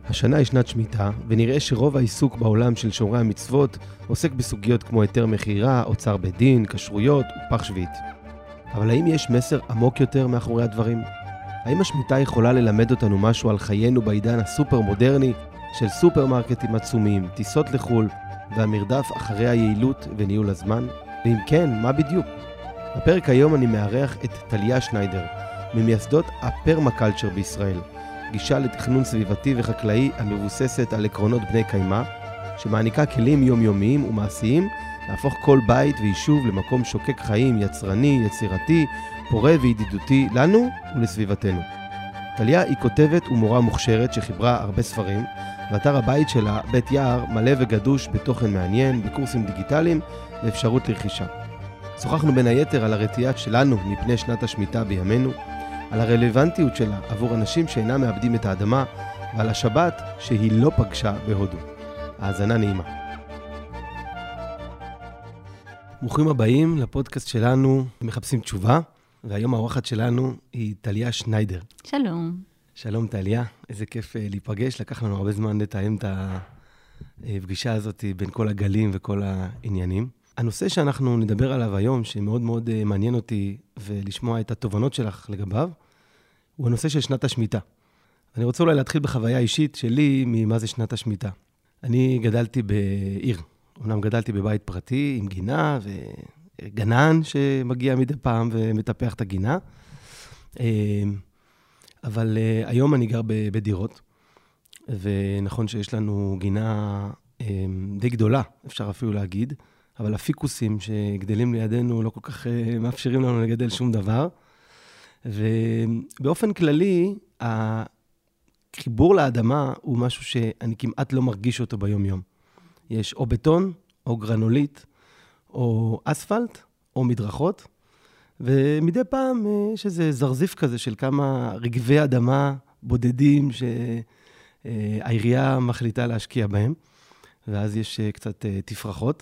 השנה היא שנת שמיטה, ונראה שרוב העיסוק בעולם של שומרי המצוות עוסק בסוגיות כמו היתר מחירה, אוצר בית דין, כשרויות ופח שביעית. אבל האם יש מסר עמוק יותר מאחורי הדברים? האם השמיטה יכולה ללמד אותנו משהו על חיינו בעידן הסופר מודרני של סופרמרקטים עצומים, טיסות לחול והמרדף אחרי היעילות וניהול הזמן? ואם כן, מה בדיוק? בפרק היום אני מארח את טליה שניידר, ממייסדות הפרמקלצ'ר בישראל, גישה לתכנון סביבתי וחקלאי המבוססת על עקרונות בני קיימא, שמעניקה כלים יומיומיים ומעשיים להפוך כל בית ויישוב למקום שוקק חיים, יצרני, יצירתי, פורה וידידותי לנו ולסביבתנו. טליה היא כותבת ומורה מוכשרת שחיברה הרבה ספרים, ואתר הבית שלה, בית יער, מלא וגדוש בתוכן מעניין, בקורסים דיגיטליים ואפשרות לרכישה. שוחחנו בין היתר על הרתיעה שלנו מפני שנת השמיטה בימינו, על הרלוונטיות שלה עבור אנשים שאינם מאבדים את האדמה, ועל השבת שהיא לא פגשה בהודו. האזנה נעימה. ברוכים הבאים לפודקאסט שלנו, מחפשים תשובה, והיום האורחת שלנו היא טליה שניידר. שלום. שלום טליה, איזה כיף להיפגש, לקח לנו הרבה זמן לתאם את הפגישה הזאת בין כל הגלים וכל העניינים. הנושא שאנחנו נדבר עליו היום, שמאוד מאוד מעניין אותי ולשמוע את התובנות שלך לגביו, הוא הנושא של שנת השמיטה. אני רוצה אולי להתחיל בחוויה אישית שלי ממה זה שנת השמיטה. אני גדלתי בעיר, אומנם גדלתי בבית פרטי עם גינה וגנן שמגיע מדי פעם ומטפח את הגינה, אבל היום אני גר בדירות, ונכון שיש לנו גינה די גדולה, אפשר אפילו להגיד, אבל הפיקוסים שגדלים לידינו לא כל כך מאפשרים לנו לגדל שום דבר. ובאופן כללי, החיבור לאדמה הוא משהו שאני כמעט לא מרגיש אותו ביום-יום. יש או בטון, או גרנולית, או אספלט, או מדרכות, ומדי פעם יש איזה זרזיף כזה של כמה רגבי אדמה בודדים שהעירייה מחליטה להשקיע בהם, ואז יש קצת תפרחות.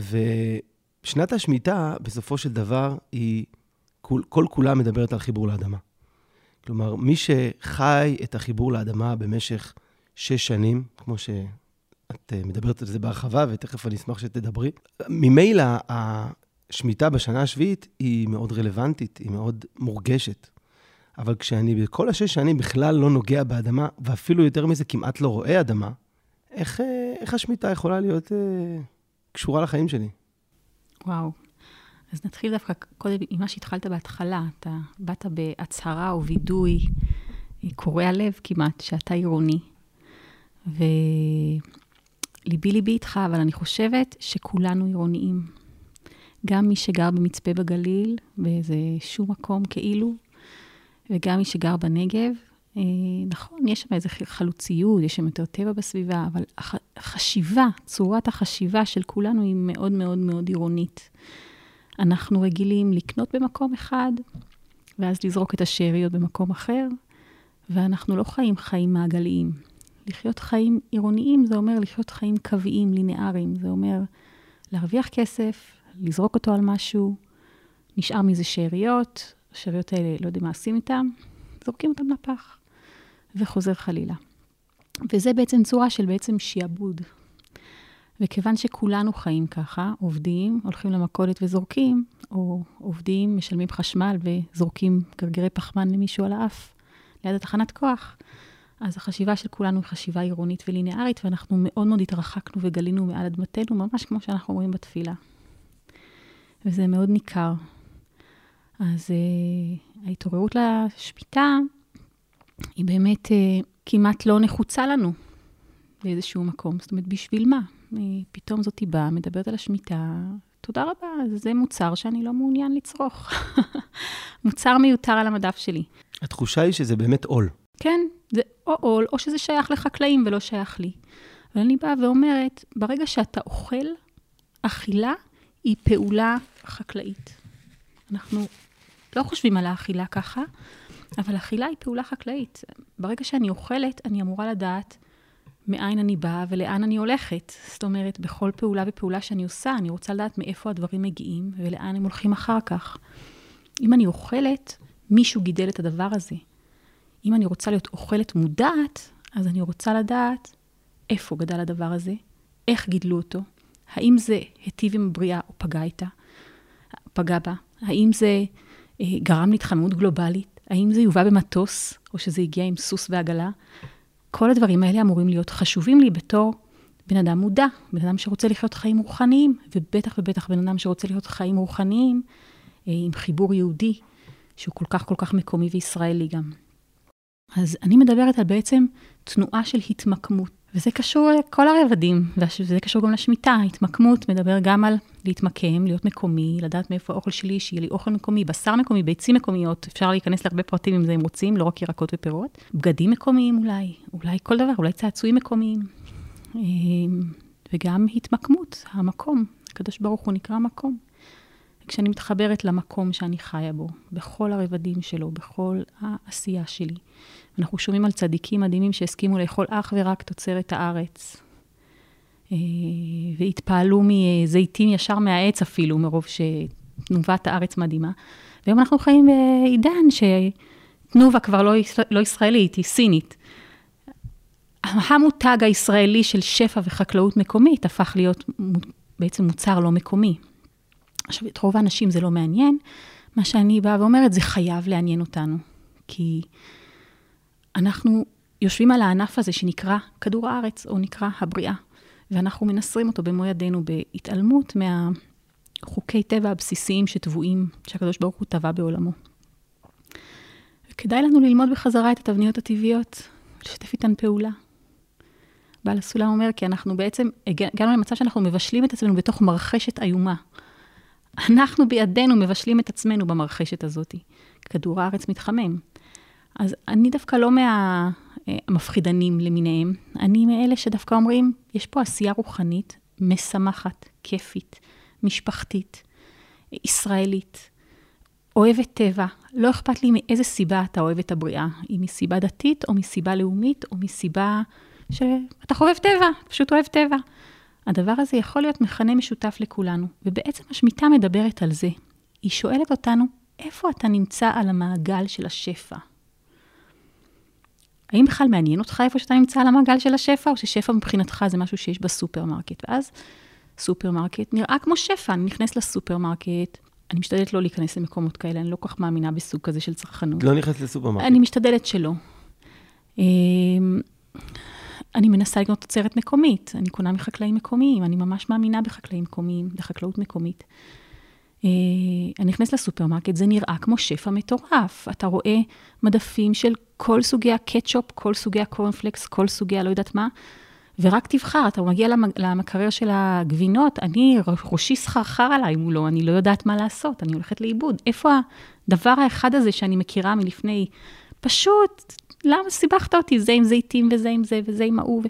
ושנת השמיטה, בסופו של דבר, היא כל כולה מדברת על חיבור לאדמה. כלומר, מי שחי את החיבור לאדמה במשך 6 שנים, כמו שאת מדברת על זה בהרחבה, ותכף אני אשמח שתדברי, ממילא השמיטה בשנה השביעית היא מאוד רלוונטית, היא מאוד מורגשת. אבל כשאני בכל 6 שנים בכלל לא נוגע באדמה, ואפילו יותר מזה כמעט לא רואה אדמה, איך השמיטה יכולה להיות קשורה לחיים שלי? וואו. אז נתחיל דווקא קודם עם מה שהתחלת בהתחלה. אתה באת בהצהרה או וידוי, קורע לב כמעט, שאתה עירוני. וליבי איתך, אבל אני חושבת שכולנו עירוניים. גם מי שגר במצפה בגליל, באיזה שום מקום כאילו, וגם מי שגר בנגב. נכון, יש שם איזו חלוציות, יש שם יותר טבע בסביבה, אבל החשיבה, צורת החשיבה של כולנו היא מאוד מאוד מאוד עירונית. אנחנו רגילים לקנות במקום אחד, ואז לזרוק את השאריות במקום אחר, ואנחנו לא חיים מעגליים. לחיות חיים עירוניים זה אומר לחיות חיים קוויים, לינאריים. זה אומר להרוויח כסף, לזרוק אותו על משהו, נשאר מזה שאריות, השאריות האלה לא יודע מה עושים איתם, זורקים אותם לפח, וחוזר חלילה. וזה בעצם צורה של בעצם שיעבוד. וכיוון שכולנו חיים ככה, עובדים, הולכים למכולת וזורקים, או עובדים, משלמים חשמל וזורקים גרגרי פחמן למישהו על האף, ליד התחנת כוח, אז החשיבה של כולנו היא חשיבה עירונית ולינארית, ואנחנו מאוד מאוד התרחקנו וגלינו מעל אדמתנו, ממש כמו שאנחנו אומרים בתפילה. וזה מאוד ניכר. אז ההתעוררות לשמיטה היא באמת כמעט לא נחוצה לנו באיזשהו מקום. זאת אומרת, בשביל מה? פתאום זאת היא באה, מדברת על השמיטה. תודה רבה, זה מוצר שאני לא מעוניין לצרוך. מוצר מיותר על המדף שלי. התחושה היא שזה באמת עול. כן, זה או עול, או שזה שייך לחקלאים ולא שייך לי. אבל אני באה ואומרת, ברגע שאתה אוכל, אכילה היא פעולה חקלאית. אנחנו לא חושבים על האכילה ככה, אבל אכילה היא פעולה חקלאית. ברגע שאני אוכלת, אני אמורה לדעת מאין אני באה ולאן אני הולכת. זאת אומרת, בכל פעולה ופעולה שאני עושה, אני רוצה לדעת מאיפה הדברים מגיעים ולאן הם הולכים אחר כך. אם אני אוכלת, מישהו גידל את הדבר הזה. אם אני רוצה להיות אוכלת מודעת, אז אני רוצה לדעת איפה גדל הדבר הזה, איך גידלו אותו, האם זה היטיב עם הבריאה או פגע בה, האם זה גרם להתחממות גלובלית, האם זה יובא במטוס, או שזה הגיע עם סוס ועגלה. כל הדברים האלה אמורים להיות חשובים לי בתור בן אדם מודע, בן אדם שרוצה לחיות חיים רוחניים, ובטח ובטח בן אדם שרוצה לחיות חיים רוחניים, עם חיבור יהודי, שהוא כל כך כל כך מקומי וישראלי גם. אז אני מדברת על בעצם תנועה של התמקמות, וזה קשור לכל הרבדים, וזה קשור גם לשמיטה. התמקמות מדבר גם על להתמקם, להיות מקומי, לדעת מאיפה האוכל שלי, שיהיה לי אוכל מקומי, בשר מקומי, ביצים מקומיות, אפשר להיכנס להרבה פרטים אם זה הם רוצים, לא רק ירקות ופירות. בגדים מקומיים אולי כל דבר, אולי צעצועים מקומיים. וגם התמקמות, המקום, הקדוש ברוך הוא נקרא מקום. כשאני מתחברת למקום שאני חיה בו, בכל הרבדים שלו, בכל העשייה שלי. אנחנו שומעים על צדיקים מדהימים שהסכימו לאכול אך ורק תוצרת הארץ. והתפעלו מזיתים ישר מהעץ אפילו, מרוב שתנובת הארץ מדהימה. והיום אנחנו חיים בעידן שתנובה כבר לא ישראלית, היא סינית. המותג הישראלי של שפע וחקלאות מקומית הפך להיות בעצם מוצר לא מקומי. עכשיו, את רוב האנשים זה לא מעניין. מה שאני באה ואומרת, זה חייב לעניין אותנו. כי אנחנו יושבים על הענף הזה שנקרא כדור הארץ, או נקרא הבריאה. ואנחנו מנסרים אותו במו ידינו בהתעלמות מהחוקי טבע הבסיסיים שטבועים, שהקדוש ברוך הוא טבע בעולמו. וכדאי לנו ללמוד בחזרה את התבניות הטבעיות, לשתף איתן פעולה. בעל הסולם אומר, כי אנחנו בעצם הגענו למצב שאנחנו מבשלים את עצמנו בתוך מרחשת איומה. אנחנו בידינו מבשלים את עצמנו במרחשת הזאת. כדור הארץ מתחמם. אז אני דווקא לא מהמפחידנים למיניהם. אני מאלה שדווקא אומרים, יש פה עשייה רוחנית, משמחת, כיפית, משפחתית, ישראלית, אוהבת טבע. לא אכפת לי מאיזה סיבה אתה אוהב את הבריאה. אם מסיבה דתית, או מסיבה לאומית, או מסיבה שאתה חובב טבע, פשוט אוהב טבע. הדבר הזה יכול להיות מכנה משותף לכולנו, ובעצם השמיטה מדברת על זה. היא שואלת אותנו, איפה אתה נמצא על המעגל של השפע? האם בכלל מעניין אותך איפה שאתה נמצא על המעגל של השפע, או ששפע מבחינתך זה משהו שיש בסופרמרקט? ואז סופרמרקט נראה כמו שפע, אני נכנס לסופרמרקט, אני משתדלת לא להיכנס למקומות כאלה, אני לא כל כך מאמינה בסוג כזה של צרכנות. לא נכנס לסופרמרקט. אני משתדלת שלא. אני מנסה לקנות תוצרת מקומית, אני קונה מחקלאים מקומיים, אני ממש מאמינה בחקלאים מקומיים, בחקלאות מקומית. אני נכנס לסופרמרקט, זה נראה כמו שפע מטורף. אתה רואה מדפים של כל סוגי הקטשופ, כל סוגי הקורנפלקס, כל סוגי לא יודעת מה, ורק תבחר, אתה מגיע למקרר של הגבינות, ראשי סחרחר עליי מולו, אני לא יודעת מה לעשות, אני הולכת לאיבוד. איפה הדבר האחד הזה שאני מכירה מלפני, פשוט, למה סיבכת אותי? זה עם זיתים וזה עם זה וזה עם ההוא.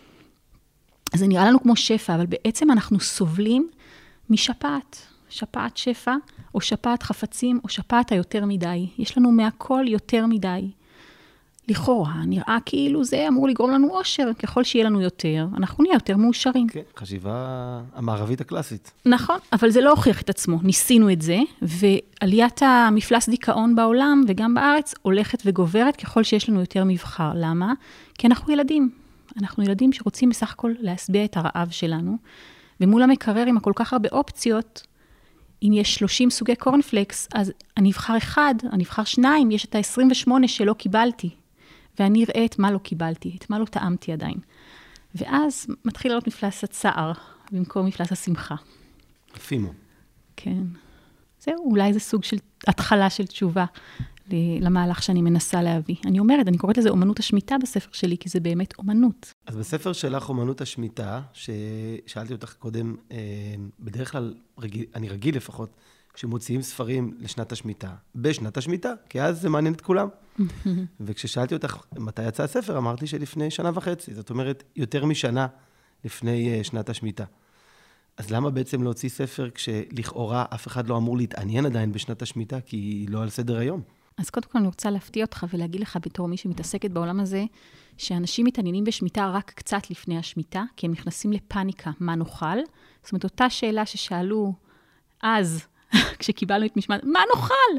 אז זה נראה לנו כמו שפע, אבל בעצם אנחנו סובלים משפעת. שפעת שפע, או שפעת חפצים, או שפעת היותר מדי. יש לנו מהכל יותר מדי. לכאורה, נראה כאילו זה אמור לגרום לנו אושר. ככל שיהיה לנו יותר, אנחנו נהיה יותר מאושרים. כן, חשיבה המערבית הקלאסית. נכון, אבל זה לא הוכיח את עצמו. ניסינו את זה, ועליית המפלס דיכאון בעולם, וגם בארץ, הולכת וגוברת ככל שיש לנו יותר מבחר. למה? כי אנחנו ילדים. אנחנו ילדים שרוצים בסך הכל להסביע את הרעב שלנו, ומול המקרר עם הכל כך הרבה אופציות, אם יש 30 סוגי קורנפלקס, אז אני אבחר אחד, אני אבחר שניים, יש את ה-28 שלא קיבלתי. ואני אראה את מה לא קיבלתי, את מה לא טעמתי עדיין. ואז מתחיל לעלות מפלס הצער, במקום מפלס השמחה. יפימו. כן. זהו, אולי זה סוג של התחלה של תשובה למהלך שאני מנסה להביא. אני אומרת, אני קוראת לזה אומנות השמיטה בספר שלי, כי זה באמת אומנות. אז בספר שלך אומנות השמיטה, ששאלתי אותך קודם, בדרך כלל, אני רגיל לפחות, שמוציאים ספרים לשנת השמיטה, בשנת השמיטה, כי אז זה מעניין את כולם. וכששאלתי אותך מתי יצא הספר, אמרתי שלפני 1.5 שנה, זאת אומרת, יותר משנה לפני שנת השמיטה. אז למה בעצם להוציא ספר כשלכאורה אף אחד לא אמור להתעניין עדיין בשנת השמיטה, כי היא לא על סדר היום? אז קודם כל אני רוצה להפתיע אותך ולהגיד לך בתור מי שמתעסקת בעולם הזה, שאנשים מתעניינים בשמיטה רק קצת לפני השמיטה, כי הם נכנסים לפאניקה, מה נאכל? זאת אומרת, אותה שאלה ששאלו אז, כשקיבלנו את משמעת, מה נאכל?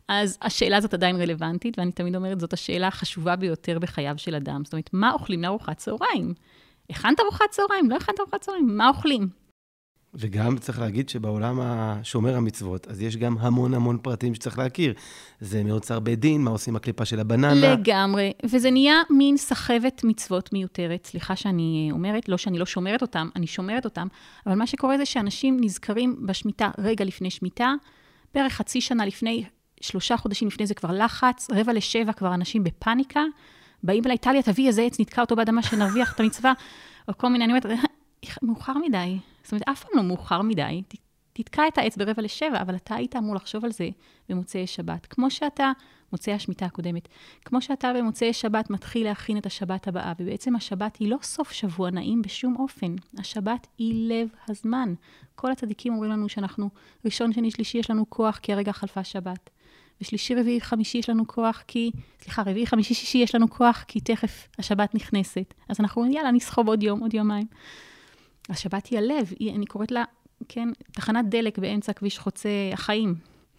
אז השאלה הזאת עדיין רלוונטית, ואני תמיד אומרת, זאת השאלה החשובה ביותר בחייו של אדם. זאת אומרת, מה אוכלים לארוחת צהריים? הכנת ארוחת צהריים? לא הכנת ארוחת צהריים? מה אוכלים? וגם צריך להגיד שבעולם השומר המצוות, אז יש גם המון פרטים שצריך להכיר. זה מאוצר בית דין, מה עושים הקליפה של הבננה. לגמרי, וזה נהיה מין סחבת מצוות מיותרת. סליחה שאני אומרת, לא שאני לא שומרת אותם, אני שומרת אותם, אבל מה שקורה זה שאנשים נזכרים בשמיטה רגע לפני שמיטה, בערך חצי שנה לפני, 3 חודשים לפני זה כבר לחץ, 6:45 כבר אנשים בפאניקה, באים אליי, טליה, תביא איזה עץ, נתקע אותו באדמה שנרוויח את המצווה, או כל מיני, אני אומרת, מאוחר מדי. זאת אומרת, אף פעם לא מאוחר מדי. תתקע את העץ ב6:45, אבל אתה היית אמור לחשוב על זה במוצאי שבת. כמו שאתה, מוצאי השמיטה הקודמת, כמו שאתה במוצאי שבת מתחיל להכין את השבת הבאה, ובעצם השבת היא לא סוף שבוע נעים בשום אופן. השבת היא לב הזמן. כל הצדיקים אומרים לנו שאנחנו, ראשון, שני, שלישי יש לנו כוח, כי הרגע חלפה שבת. ושלישי, רביעי, חמישי יש לנו כוח, רביעי, חמישי, שישי יש לנו כוח, כי תכף השבת נכנסת. אז אנחנו אומרים, יאללה, נסחוב עוד יום, עוד יומיים. השבת היא הלב, אני קוראת לה, כן, תחנת דלק באמצע כביש חוצה החיים.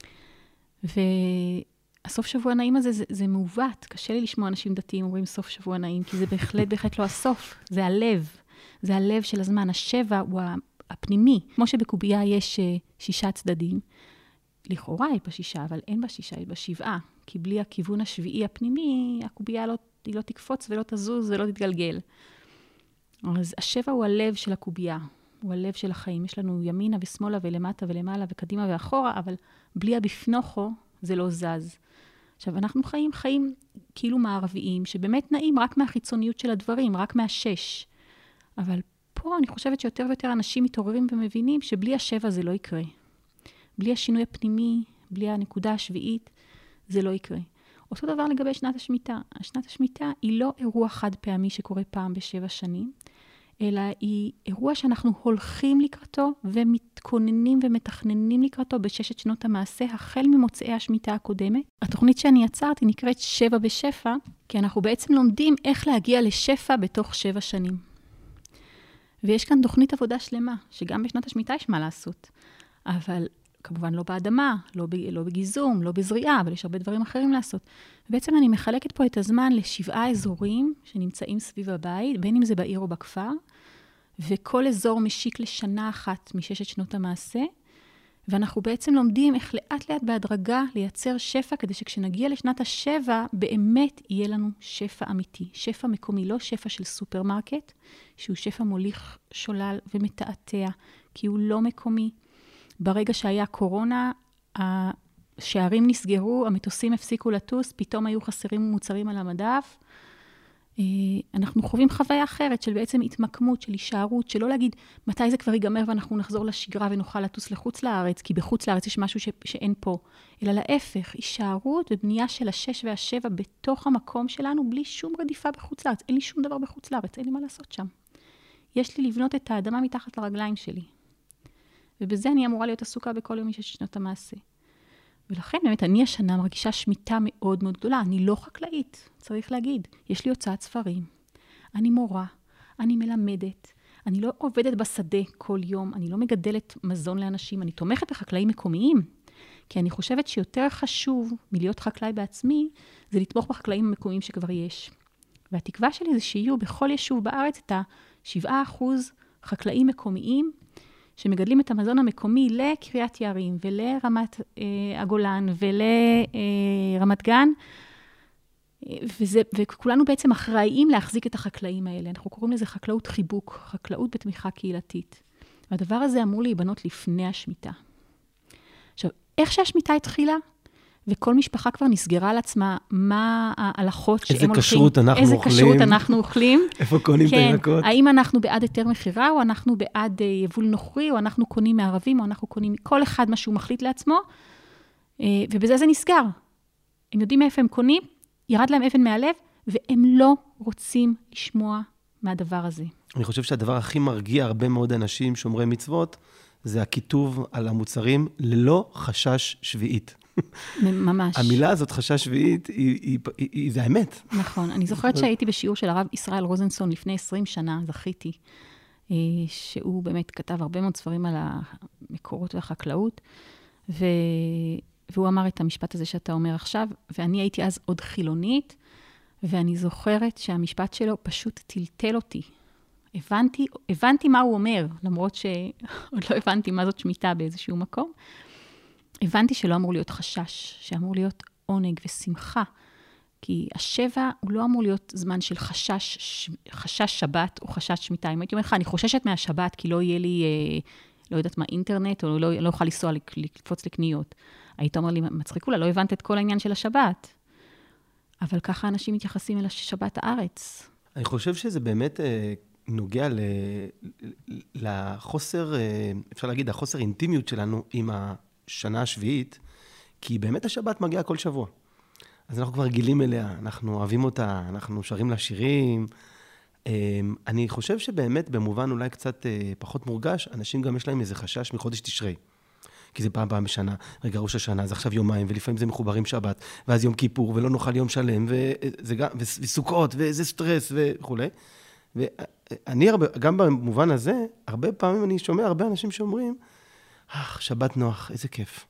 והסוף שבוע נעים הזה, זה מעוות. קשה לי לשמוע אנשים דתיים אומרים סוף שבוע נעים, כי זה בהחלט לא הסוף. זה הלב. זה הלב של הזמן. השבע הוא הפנימי. כמו שבקובייה יש 6 צדדים, לכאורה היא ב6, אבל אין ב6, היא ב7. כי בלי הכיוון השביעי הפנימי, הקובייה לא תקפוץ ולא תזוז ולא תתגלגל. אז השבע הוא הלב של הקובייה, הוא הלב של החיים. יש לנו ימינה ושמאלה ולמטה ולמעלה וקדימה ואחורה, אבל בלי הבפנוכו זה לא זז. עכשיו, אנחנו חיים כאילו מערביים, שבאמת נעים רק מהחיצוניות של הדברים, רק מה6. אבל פה אני חושבת שיותר ויותר אנשים מתעוררים ומבינים שבלי השבע זה לא יקרה. בלי השינוי הפנימי, בלי הנקודה השביעית, זה לא יקרה. אותו דבר לגבי שנת השמיטה. שנת השמיטה היא לא אירוע חד פעמי שקורה פעם ב7 שנים, אלא היא אירוע שאנחנו הולכים לקראתו ומתכוננים ומתכננים לקראתו ב6 שנות המעשה, החל ממוצאי השמיטה הקודמת. התוכנית שאני יצרתי נקראת 7 בשפע, כי אנחנו בעצם לומדים איך להגיע לשפע בתוך 7 שנים. ויש כאן תוכנית עבודה שלמה, שגם בשנת השמיטה יש מה לעשות. אבל כמובן לא באדמה, לא בגיזום, לא בזריעה, אבל יש הרבה דברים אחרים לעשות. ובעצם אני מחלקת פה את הזמן ל7 אזורים שנמצאים סביב הבית, בין אם זה בעיר או בכפר, וכל אזור משיק לשנה אחת מ6 שנות המעשה, ואנחנו בעצם לומדים איך לאט לאט בהדרגה לייצר שפע, כדי שכשנגיע לשנת ה7, באמת יהיה לנו שפע אמיתי. שפע מקומי, לא שפע של סופרמרקט, שהוא שפע מוליך שולל ומתעתע, כי הוא לא מקומי. ברגע שהיה קורונה, השערים נסגרו, המטוסים הפסיקו לטוס, פתאום היו חסרים מוצרים על המדף. אנחנו חווים חוויה אחרת של בעצם התמקמות, של הישארות, שלא להגיד מתי זה כבר ייגמר ואנחנו נחזור לשגרה ונוכל לטוס לחוץ לארץ, כי בחוץ לארץ יש משהו שאין פה, אלא להפך, הישארות ובנייה של 6 וה7 בתוך המקום שלנו, בלי שום רדיפה בחוץ לארץ. אין לי שום דבר בחוץ לארץ, אין לי מה לעשות שם. יש לי לבנות את האדמה מתחת לרגליים שלי. ובזה אני אמורה להיות עסוקה בכל יום מ6 שנות המעשה. ולכן באמת אני השנה מרגישה שמיטה מאוד מאוד גדולה. אני לא חקלאית, צריך להגיד. יש לי הוצאת ספרים. אני מורה, אני מלמדת. אני לא עובדת בשדה כל יום. אני לא מגדלת מזון לאנשים. אני תומכת בחקלאים מקומיים. כי אני חושבת שיותר חשוב מלהיות חקלאי בעצמי, זה לתמוך בחקלאים המקומיים שכבר יש. והתקווה שלי זה שיהיו בכל יישוב בארץ את 7% חקלאים מקומיים, שמגדלים את המזון המקומי לקריית יערים ולרמת הגולן ולרמת גן, וכולנו בעצם אחראים להחזיק את החקלאים האלה. אנחנו קוראים לזה חקלאות חיבוק, חקלאות בתמיכה קהילתית. והדבר הזה אמור להיבנות לפני השמיטה. עכשיו, איך שהשמיטה התחילה, וכל משפחה כבר נסגרה על עצמה מה ההלכות שהם הולכים. איזה כשרות אנחנו אוכלים. איפה קונים את הירקות? האם אנחנו בעד היתר מחירה, או אנחנו בעד יבול נוכרי, או אנחנו קונים מערבים, או אנחנו קונים כל אחד מה שהוא מחליט לעצמו, ובזה זה נסגר. הם יודעים מאיפה הם קונים, ירד להם אבן מהלב, והם לא רוצים לשמוע מהדבר הזה. אני חושב שהדבר הכי מרגיע הרבה מאוד אנשים שומרי מצוות, זה הכיתוב על המוצרים ללא חשש שביעית. ממש. המילה הזאת, חשש שביעית, זה האמת. נכון. אני זוכרת שהייתי בשיעור של הרב ישראל רוזנסון לפני 20 שנה, זכיתי, שהוא באמת כתב הרבה מאוד ספרים על המקורות והחקלאות, והוא אמר את המשפט הזה שאתה אומר עכשיו, ואני הייתי אז עוד חילונית, ואני זוכרת שהמשפט שלו פשוט טלטל אותי. הבנתי מה הוא אומר, למרות שעוד לא הבנתי מה זאת שמיטה באיזשהו מקום. הבנתי שלא אמור להיות חשש, שאמור להיות עונג ושמחה, כי השבע הוא לא אמור להיות זמן של חשש שבת או חשש שמיטה. אם הייתי אומר לך, אני חוששת מהשבת, כי לא יהיה לי, לא יודעת מה, אינטרנט, או לא אוכל לנסוע לקפוץ לקניות. היית אומר לי, מצחיק אולי, לא הבנת את כל העניין של השבת. אבל ככה אנשים מתייחסים אל השבת הארץ. אני חושב שזה באמת נוגע לחוסר, אפשר להגיד, החוסר אינטימיות שלנו עם השנה השביעית, כי באמת השבת מגיעה כל שבוע. אז אנחנו כבר רגילים אליה, אנחנו אוהבים אותה, אנחנו שרים לה שירים. אני חושב שבאמת במובן אולי קצת פחות מורגש, אנשים גם יש להם איזה חשש מחודש תשרי. כי זה פעם בשנה, רגע ראש השנה, אז עכשיו יומיים, ולפעמים זה מחוברים שבת, ואז יום כיפור, ולא נאכל יום שלם, וסוכות, ואיזה סטרס וכו'. ואני גם במובן הזה, הרבה פעמים אני שומע הרבה אנשים שאומרים, שבת נוח, איזה כיף.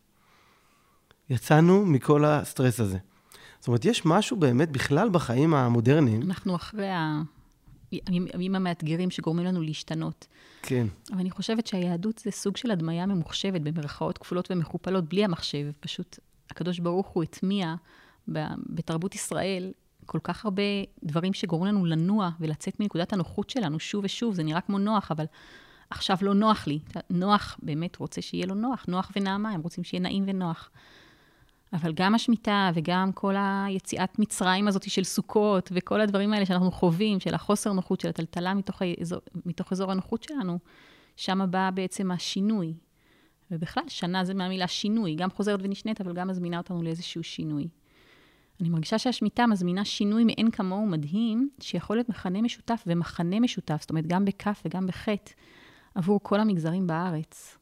יצאנו מכל הסטרס הזה. זאת אומרת, יש משהו באמת בכלל בחיים המודרניים. אנחנו אחרי הימים המאתגרים שגורמים לנו להשתנות. כן. אבל אני חושבת שהיהדות זה סוג של הדמיה ממוחשבת, במרכאות כפולות ומכופלות, בלי המחשב. פשוט הקדוש ברוך הוא הטמיע בתרבות ישראל כל כך הרבה דברים שגורמים לנו לנוע ולצאת מנקודת הנוחות שלנו שוב ושוב. זה נראה כמו נוח, אבל עכשיו לא נוח לי. נוח באמת רוצה שיהיה לו נוח. נוח ונעמה, הם רוצים שיהיה נעים ונוח. אבל גם השמיטה וגם כל היציאת מצרים הזאת של סוכות, וכל הדברים האלה שאנחנו חווים, של החוסר נוחות, של הטלטלה מתוך אזור הנוחות שלנו, שם בא בעצם השינוי. ובכלל, שנה זה מהמילה שינוי, גם חוזרת ונשנית, אבל גם מזמינה אותנו לאיזשהו שינוי. אני מרגישה שהשמיטה מזמינה שינוי מאין כמוהו מדהים, שיכול להיות מכנה משותף ומחנה משותף, זאת אומרת, גם בכף וגם בחטא, עבור כל המגזרים בארץ.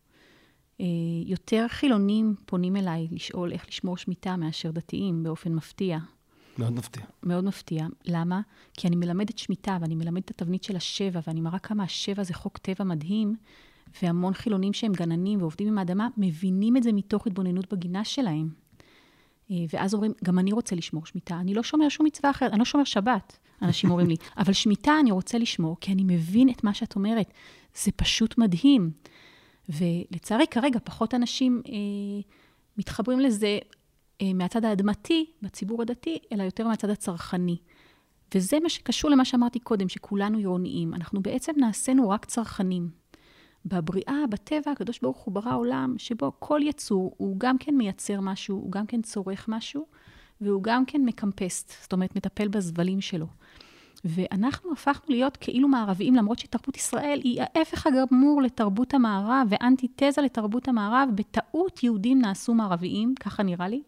יותר חילונים פונים אליי לשאול איך לשמור שמיטה מאשר דתיים באופן מפתיע. מאוד מפתיע. מאוד מפתיע. למה? כי אני מלמדת שמיטה, ואני מלמדת את התבנית של השבע, ואני מראה כמה השבע זה חוק טבע מדהים, והמון חילונים שהם גננים ועובדים עם האדמה, מבינים את זה מתוך התבוננות בגינה שלהם. ואז אומרים, גם אני רוצה לשמור שמיטה. אני לא שומר שום מצווה אחרת, אני לא שומר שבת, אנשים אומרים לי. אבל שמיטה אני רוצה לשמור, כי אני מבין את מה שאת אומרת. זה פשוט מדהים. ולצערי, כרגע פחות אנשים מתחברים לזה מהצד האדמתי, בציבור הדתי, אלא יותר מהצד הצרכני. וזה מה שקשור למה שאמרתי קודם, שכולנו עירוניים. אנחנו בעצם נעשינו רק צרכנים. בבריאה, בטבע, הקדוש ברוך הוא ברא עולם, שבו כל יצור הוא גם כן מייצר משהו, הוא גם כן צורך משהו, והוא גם כן מקמפסט, זאת אומרת, מטפל בזבלים שלו. ואנחנו הפכנו להיות כאילו מערביים, למרות שתרבות ישראל היא ההפך הגמור לתרבות המערב, ואנטיתזה לתרבות המערב, בטעות יהודים נעשו מערביים, ככה נראה לי.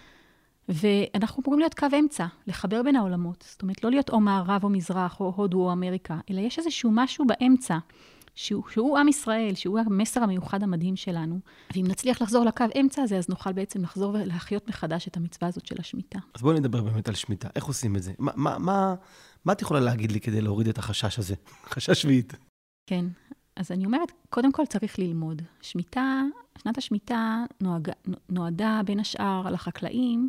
ואנחנו אמורים להיות קו אמצע, לחבר בין העולמות. זאת אומרת, לא להיות או מערב או מזרח, או הודו או אמריקה, אלא יש איזשהו משהו באמצע, שהוא עם ישראל, שהוא המסר המיוחד המדהים שלנו. ואם נצליח לחזור לקו אמצע הזה, אז נוכל בעצם לחזור ולהחיות מחדש את המצווה הזאת של השמיטה. אז בואי נדבר באמת על שמיטה. איך עושים את זה? מה את יכולה להגיד לי כדי להוריד את החשש הזה? חשש שביעית. כן. אז אני אומרת, קודם כל צריך ללמוד. שמיטה, שנת השמיטה נועדה בין השאר לחקלאים,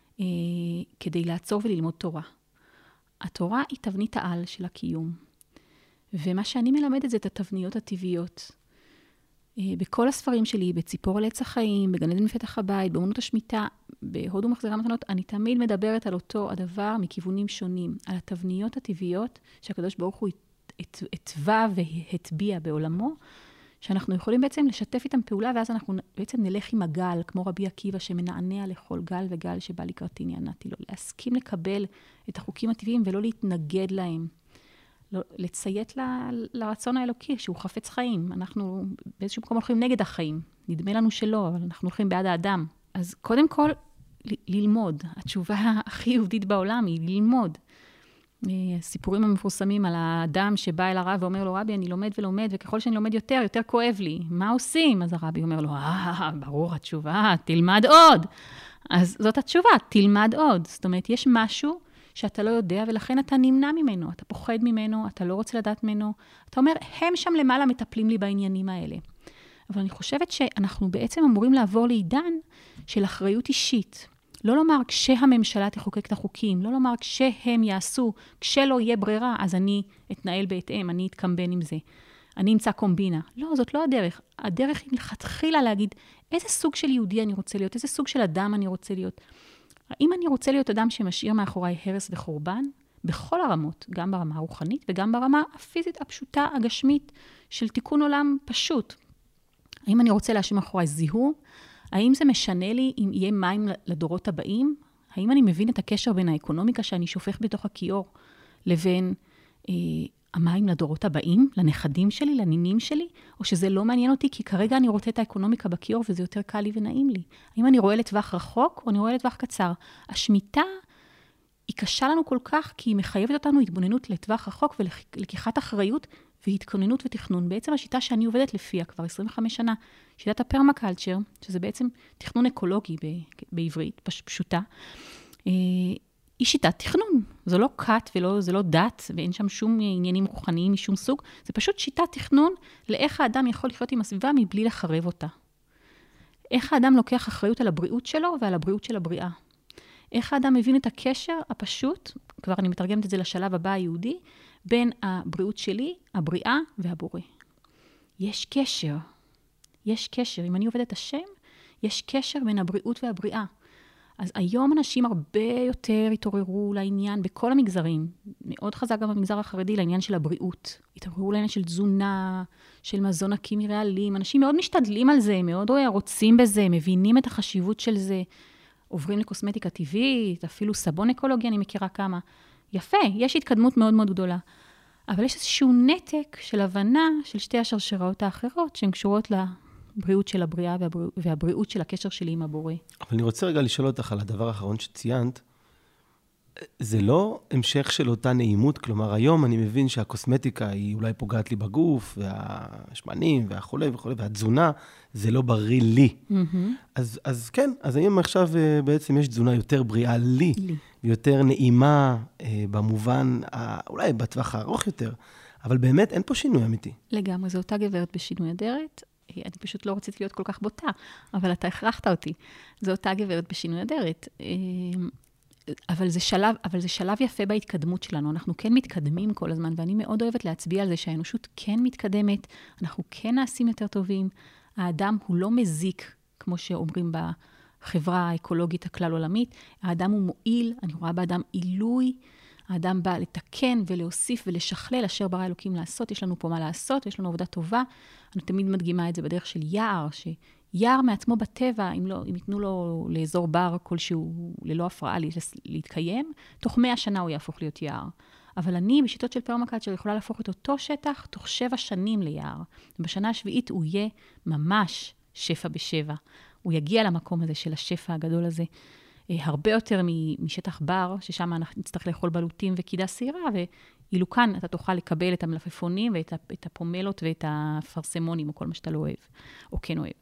כדי לעצור וללמוד תורה. התורה היא תבנית העל של הקיום. ומה שאני מלמדת זה את התבניות הטבעיות. בכל הספרים שלי, בציפור על עץ החיים, בגן עדן בפתח הבית, באמנות השמיטה, בהודו מחזרה מתנות, אני תמיד מדברת על אותו הדבר מכיוונים שונים, על התבניות הטבעיות שהקדוש ברוך הוא התווה והטביע בעולמו, שאנחנו יכולים בעצם לשתף איתם פעולה, ואז אנחנו בעצם נלך עם הגל, כמו רבי עקיבא שמנענע לכל גל וגל שבא לקראתי נענתי לו. להסכים לקבל את החוקים הטבעיים ולא להתנגד להם. לציית לרצון האלוקי, שהוא חפץ חיים. אנחנו באיזשהו מקום הולכים נגד החיים. נדמה לנו שלא, אבל אנחנו הולכים בעד האדם. אז קודם כל, ללמוד. התשובה הכי יהודית בעולם היא ללמוד. הסיפורים המפורסמים על האדם שבא אל הרב ואומר לו, רבי, אני לומד ולומד, וככל שאני לומד יותר, יותר כואב לי. מה עושים? אז הרבי אומר לו, ברור התשובה, תלמד עוד. אז זאת התשובה, תלמד עוד. זאת אומרת, יש משהו שאתה לא יודע, ולכן אתה נמנע ממנו, אתה פוחד ממנו, אתה לא רוצה לדעת ממנו. אתה אומר, הם שם למעלה מטפלים לי בעניינים האלה. אבל אני חושבת שאנחנו בעצם אמורים לעבור לעידן, של אחריות אישית. לא לומר כשהממשלה תחוקק את החוקים, לא לומר כשהם יעשו, כשלא יהיה ברירה, אז אני אתנהל בהתאם, אני אתקמבן עם זה. אני אמצא קומבינה. לא, זאת לא הדרך. הדרך היא מלכתחילה להגיד, איזה סוג של יהודי אני רוצה להיות, איזה סוג של אדם אני רוצה להיות. האם אני רוצה להיות אדם שמשאיר מאחוריי הרס וחורבן? בכל הרמות, גם ברמה הרוחנית וגם ברמה הפיזית הפשוטה, הגשמית, של תיקון עולם פשוט. האם אני רוצה להשאיר מאחוריי זיהום? האם זה משנה לי אם יהיה מים לדורות הבאים? האם אני מבין את הקשר בין האקונומיקה שאני שופך בתוך הכיור, לבין המים לדורות הבאים, לנכדים שלי, לנינים שלי, או שזה לא מעניין אותי, כי כרגע אני רוצה את האקונומיקה בכיור, וזה יותר קל לי ונעים לי. האם אני רואה לטווח רחוק, או אני רואה לטווח קצר? השמיטה היא קשה לנו כל כך, כי היא מחייבת אותנו התבוננות לטווח רחוק, ולקיחת אחריות, והתכוננות ותכנון. בעצם השיטה שאני עובדת לפיה כבר 25 שנה, שיטת הפרמקלצ'ר, שזה בעצם תכנון אקולוגי בעברית, פשוטה, היא שיטת תכנון. זו לא קאט וזה לא דת, ואין שם שום עניינים רוחניים משום סוג. זה פשוט שיטת תכנון לאיך האדם יכול לחיות עם הסביבה מבלי לחרב אותה. איך האדם לוקח אחריות על הבריאות שלו ועל הבריאות של הבריאה. איך האדם מבין את הקשר הפשוט, כבר אני מתרגמת את זה לשלב הבא היהודי, בין הבריאות שלי, הבריאה והבורא. יש קשר. יש קשר. אם אני עובדת השם, יש קשר בין הבריאות והבריאה. אז היום אנשים הרבה יותר התעוררו לעניין בכל המגזרים, מאוד חזק גם במגזר החרדי, לעניין של הבריאות. התעוררו לעניין של תזונה, של מזון נקי מרעלים. אנשים מאוד משתדלים על זה, מאוד רוצים בזה, מבינים את החשיבות של זה, עוברים לקוסמטיקה טבעית, אפילו סבון אקולוגי, אני מכירה כמה. יפה, יש התקדמות מאוד מאוד גדולה. אבל יש איזשהו נתק של הבנה של שתי השרשראות האחרות, שהן קשורות לבריאות של הבריאה והבריאות של הקשר שלי עם הבורא. אבל אני רוצה רגע לשאול אותך על הדבר האחרון שציינת. זה לא המשך של אותה נעימות? כלומר, היום אני מבין שהקוסמטיקה היא אולי פוגעת לי בגוף, והשמנים והחולה וכו', והתזונה, זה לא בריא לי. אז כן, אז היום עכשיו בעצם יש תזונה יותר בריאה לי. יותר נעימה במובן, אולי בטווח הארוך יותר, אבל באמת אין פה שינוי אמיתי. לגמרי, זו אותה גברת בשינוי אדרת, אני פשוט לא רציתי להיות כל כך בוטה, אבל אתה הכרחת אותי. זו אותה גברת בשינוי אדרת. אבל זה שלב יפה בהתקדמות שלנו. אנחנו כן מתקדמים כל הזמן, ואני מאוד אוהבת להצביע על זה שהאנושות כן מתקדמת, אנחנו כן נעשים יותר טובים. האדם הוא לא מזיק, כמו שאומרים בחברה האקולוגית הכלל עולמית. האדם הוא מועיל, אני רואה באדם עילוי. האדם בא לתקן ולהוסיף ולשכלל, אשר ברא אלוקים לעשות. יש לנו פה מה לעשות, יש לנו עבודה טובה. אני תמיד מדגימה את זה בדרך של יער, שיער מעצמו בטבע, אם ייתנו לו לאזור בר כלשהו, ללא הפרעה להתקיים, תוך 100 שנה הוא יהפוך להיות יער. אבל אני, בשיטות של פרמקלצ'ר, יכולה להפוך את אותו שטח תוך 7 שנים ליער. בשנה השביעית הוא יהיה ממש שפע בשבע. הוא יגיע למקום הזה של השפע הגדול הזה, הרבה יותר משטח בר, ששם אנחנו נצטרך לאכול בלוטים וקידה שעירה, ואילו כאן אתה תוכל לקבל את המלפפונים ואת הפומלות ואת הפרסמונים, או כל מה שאתה לא אוהב, או כן אוהב.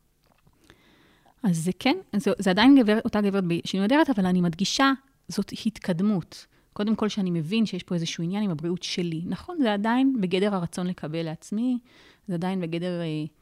אז זה כן, זה עדיין אותה גברת בשינוי אדרת, אבל אני מדגישה, זאת התקדמות. קודם כל שאני מבין שיש פה איזשהו עניין עם הבריאות שלי. נכון, זה עדיין בגדר הרצון לקבל לעצמי, זה עדיין בגדר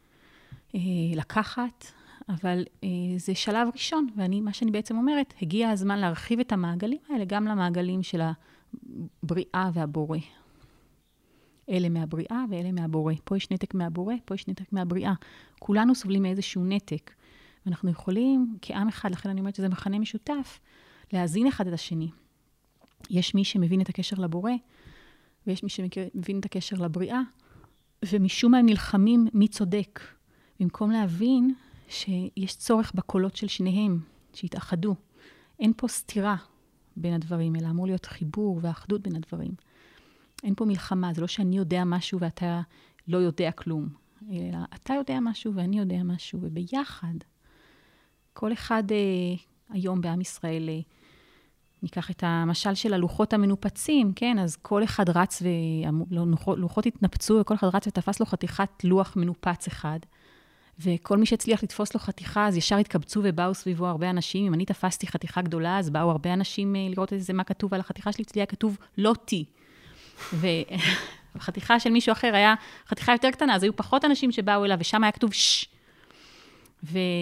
לקחת, אבל זה שלב ראשון, מה שאני בעצם אומרת, הגיע הזמן להרחיב את המעגלים האלה, גם למעגלים של הבריאה והבורא. אלה מהבריאה ואלה מהבורא. פה יש נתק מהבורא, פה יש נתק מהבריאה. כולנו סובלים מאיזשהו נתק. ואנחנו יכולים, כעם אחד, לכן אני אומרת שזה מכנה משותף, להזין אחד את השני. יש מי שמבין את הקשר לבורא, ויש מי שמבין את הקשר לבריאה, ומשום מה הם נלחמים מי צודק. במקום להבין שיש צורך בקולות של שניהם, שהתאחדו. אין פה סתירה בין הדברים, אלא אמור להיות חיבור ואחדות בין הדברים. אין פה מלחמה, זה לא שאני יודע משהו ואתה לא יודע כלום, אלא אתה יודע משהו ואני יודע משהו, וביחד, כל אחד היום בעם ישראל, ניקח את המשל של הלוחות המנופצים, כן? אז כל אחד רץ, לוחות התנפצו, וכל אחד רץ ותפס לו חתיכת לוח מנופץ אחד, וכל מי שהצליח לתפוס לו חתיכה, אז ישר התקבצו ובאו סביבו הרבה אנשים. אם אני תפסתי חתיכה גדולה, אז באו הרבה אנשים לראות איזה מה כתוב על החתיכה שלי, היה כתוב לא טי. והחתיכה של מישהו אחר היה חתיכה יותר קטנה, אז היו פחות אנשים שבאו אליו, ושם היה כתוב שש.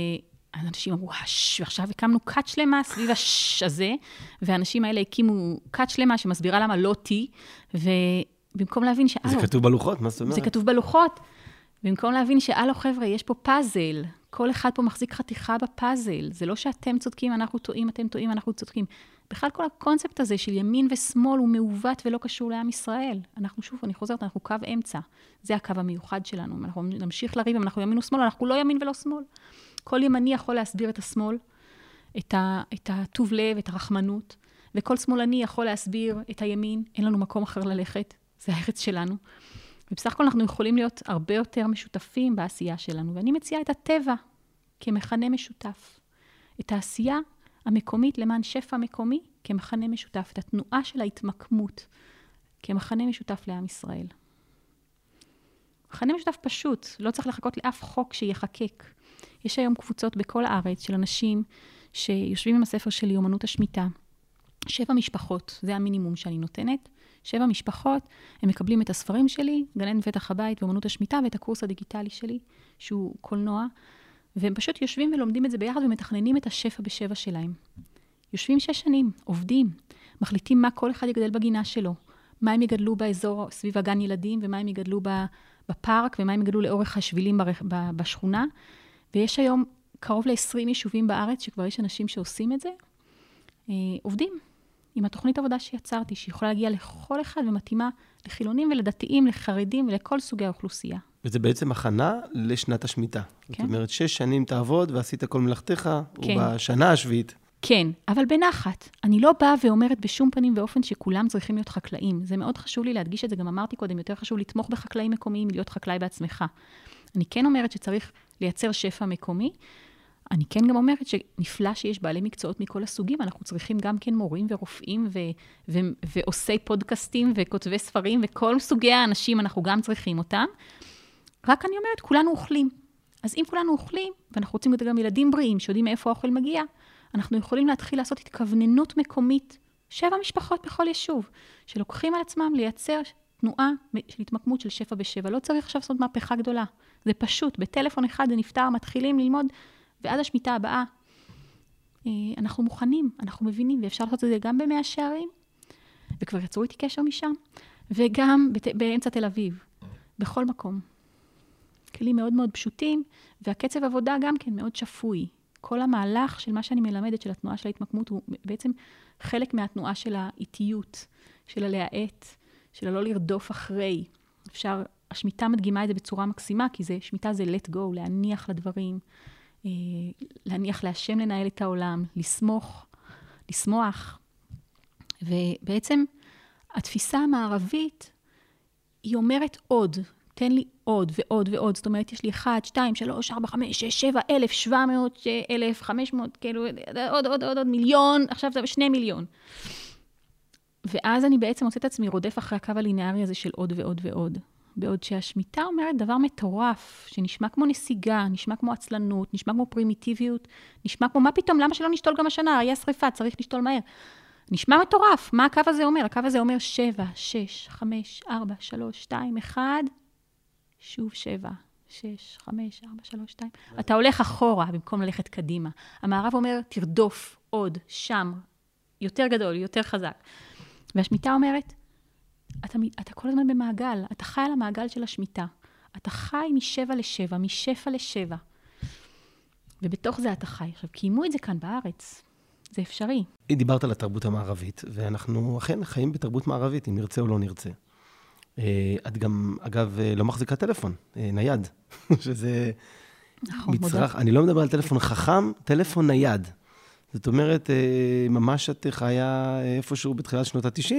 אז אנשים אמרו, ועכשיו הקמנו קאט שלמה סביב הזה, והאנשים האלה הקימו קאט שלמה שמסבירה למה לא T, ובמקום להבין זה כתוב בלוחות, מה זאת אומרת? זה כתוב בלוחות. במקום להבין שאלו חבר'ה, יש פה פאזל, כל אחד פה מחזיק חתיכה בפאזל, זה לא שאתם צודקים, אנחנו טועים, אתם טועים, אנחנו צודקים. בכלל כל הקונספט הזה של ימין ושמאל הוא מעוות ולא קשור לעם ישראל. אנחנו שוב, אני חוזרת, אנחנו קו אמצע. זה הקו המיוחד שלנו. אנחנו נמשיך לריב, אם אנחנו ימין ושמאל, אנחנו לא ימין ולא שמאל. כל ימני יכול להסביר את השמאל, את הטוב לב, את הרחמנות, וכל שמאלני יכול להסביר את הימין, אין לנו מקום אחר ללכת, זה הארץ שלנו. ובסך הכל אנחנו יכולים להיות הרבה יותר משותפים בעשייה שלנו, ואני מציעה את הטבע כמכנה משותף. את העשייה המקומית למען שפע מקומי כמכנה משותף, את התנועה של ההתמקמות כמכנה משותף לעם ישראל. מכנה משותף פשוט, לא צריך לחכות לאף חוק שיחקק. יש היום קבוצות בכל הארץ של אנשים שיושבים עם הספר שלי, אומנות השמיטה. 7 משפחות, זה המינימום שאני נותנת. 7 משפחות, הם מקבלים את הספרים שלי, גננת פתח הבית ואומנות השמיטה, ואת הקורס הדיגיטלי שלי, שהוא קולנוע, והם פשוט יושבים ולומדים את זה ביחד, ומתכננים את השפע ב7 שלהם. יושבים 6 שנים, עובדים, מחליטים מה כל אחד יגדל בגינה שלו, מה הם יגדלו באזור סביב הגן ילדים, ומה הם יגדלו בפארק, ומה הם יגדלו לאורך השבילים בשכונה, ויש היום קרוב ל-20 יישובים בארץ, שכבר יש אנשים שעושים את זה, עובדים עם התוכנית עבודה שיצרתי, שיכולה להגיע לכל אחד ומתאימה לחילונים ולדתיים, לחרדים ולכל סוגי האוכלוסייה. וזה בעצם הכנה לשנת השמיטה. כן. זאת אומרת, 6 שנים תעבוד ועשית כל מלאכתך, כן. ובשנה השביעית. כן, אבל בנחת. אני לא באה ואומרת בשום פנים ואופן שכולם צריכים להיות חקלאים. זה מאוד חשוב לי להדגיש את זה, גם אמרתי קודם, יותר חשוב לתמוך בחקלאים מקומיים, להיות חקלאי בעצמך. אני כן אומרת שצריך לייצר שפע מקומי, אני כן גם אומרת שנפלא שיש בעלי מקצועות מכל הסוגים, אנחנו צריכים גם כן מורים ורופאים ועושי פודקאסטים וכותבי ספרים, וכל סוגי האנשים אנחנו גם צריכים אותם. רק אני אומרת, כולנו אוכלים. אז אם כולנו אוכלים, ואנחנו רוצים גם ילדים בריאים, שיודעים מאיפה האוכל מגיע, אנחנו יכולים להתחיל לעשות התכווננות מקומית, 7 משפחות בכל יישוב, שלוקחים על עצמם לייצר תנועה של התמקמות של שפע ב7. לא צריך עכשיו לעשות מהפכה גדולה. זה פשוט, בטלפון אחד זה נפטר, מתחילים ללמוד, ועד השמיטה הבאה, אנחנו מוכנים, אנחנו מבינים, ואפשר לעשות את זה גם במאה שערים, וכבר יצרו איתי קשר משם, וגם באמצע תל אביב, בכל מקום. כלים מאוד מאוד פשוטים, והקצב עבודה גם כן מאוד שפוי. כל המהלך של מה שאני מלמדת, של התנועה של ההתמקמות, הוא בעצם חלק מהתנועה של האיטיות, של הלהט, של הלא לרדוף אחרי. אפשר, השמיטה מדגימה את זה בצורה מקסימה, כי שמיטה זה let go, להניח לדברים, להניח להשם לנהל את העולם, לשמוח. ובעצם התפיסה המערבית, היא אומרת עוד, תן לי עוד ועוד ועוד, זאת אומרת, יש לי 1, 2, 3, 4, 5, 6, 7, 1,000, 700, 1,500, כאילו, עוד מיליון, עכשיו זה 2 מיליון. ואז אני בעצם מוצאת עצמי רודף אחרי הקו הלינארי הזה של עוד ועוד ועוד. בעוד שהשמיטה אומרת דבר מטורף, שנשמע כמו נסיגה, נשמע כמו עצלנות, נשמע כמו פרימיטיביות, נשמע כמו, מה פתאום, למה שלא נשתול גם השנה? היה שריפה, צריך לשתול מהר. נשמע מטורף, מה הקו הזה אומר? הקו הזה אומר 7, 6, 5, 4, 3, 2, 1, שוב 7, 6, 5, 4, 3, 2. אתה הולך אחורה במקום ללכת קדימה. המערב אומר, תרדוף עוד, שם, יותר גדול, יותר חזק. והשמיטה אומרת, אתה כל הזמן במעגל, אתה חי על המעגל של השמיטה. אתה חי מ7 ל7, משפע ל7. ובתוך זה אתה חי. עכשיו, קיימו את זה כאן בארץ. זה אפשרי. דיברת על התרבות המערבית, ואנחנו אכן חיים בתרבות מערבית, אם נרצה או לא נרצה. את גם, אגב, לא מחזיקה טלפון, נייד, שזה מצרך, אני לא מדבר על טלפון חכם, טלפון נייד. זאת אומרת, ממש את חיה איפשהו בתחילת שנות ה-90,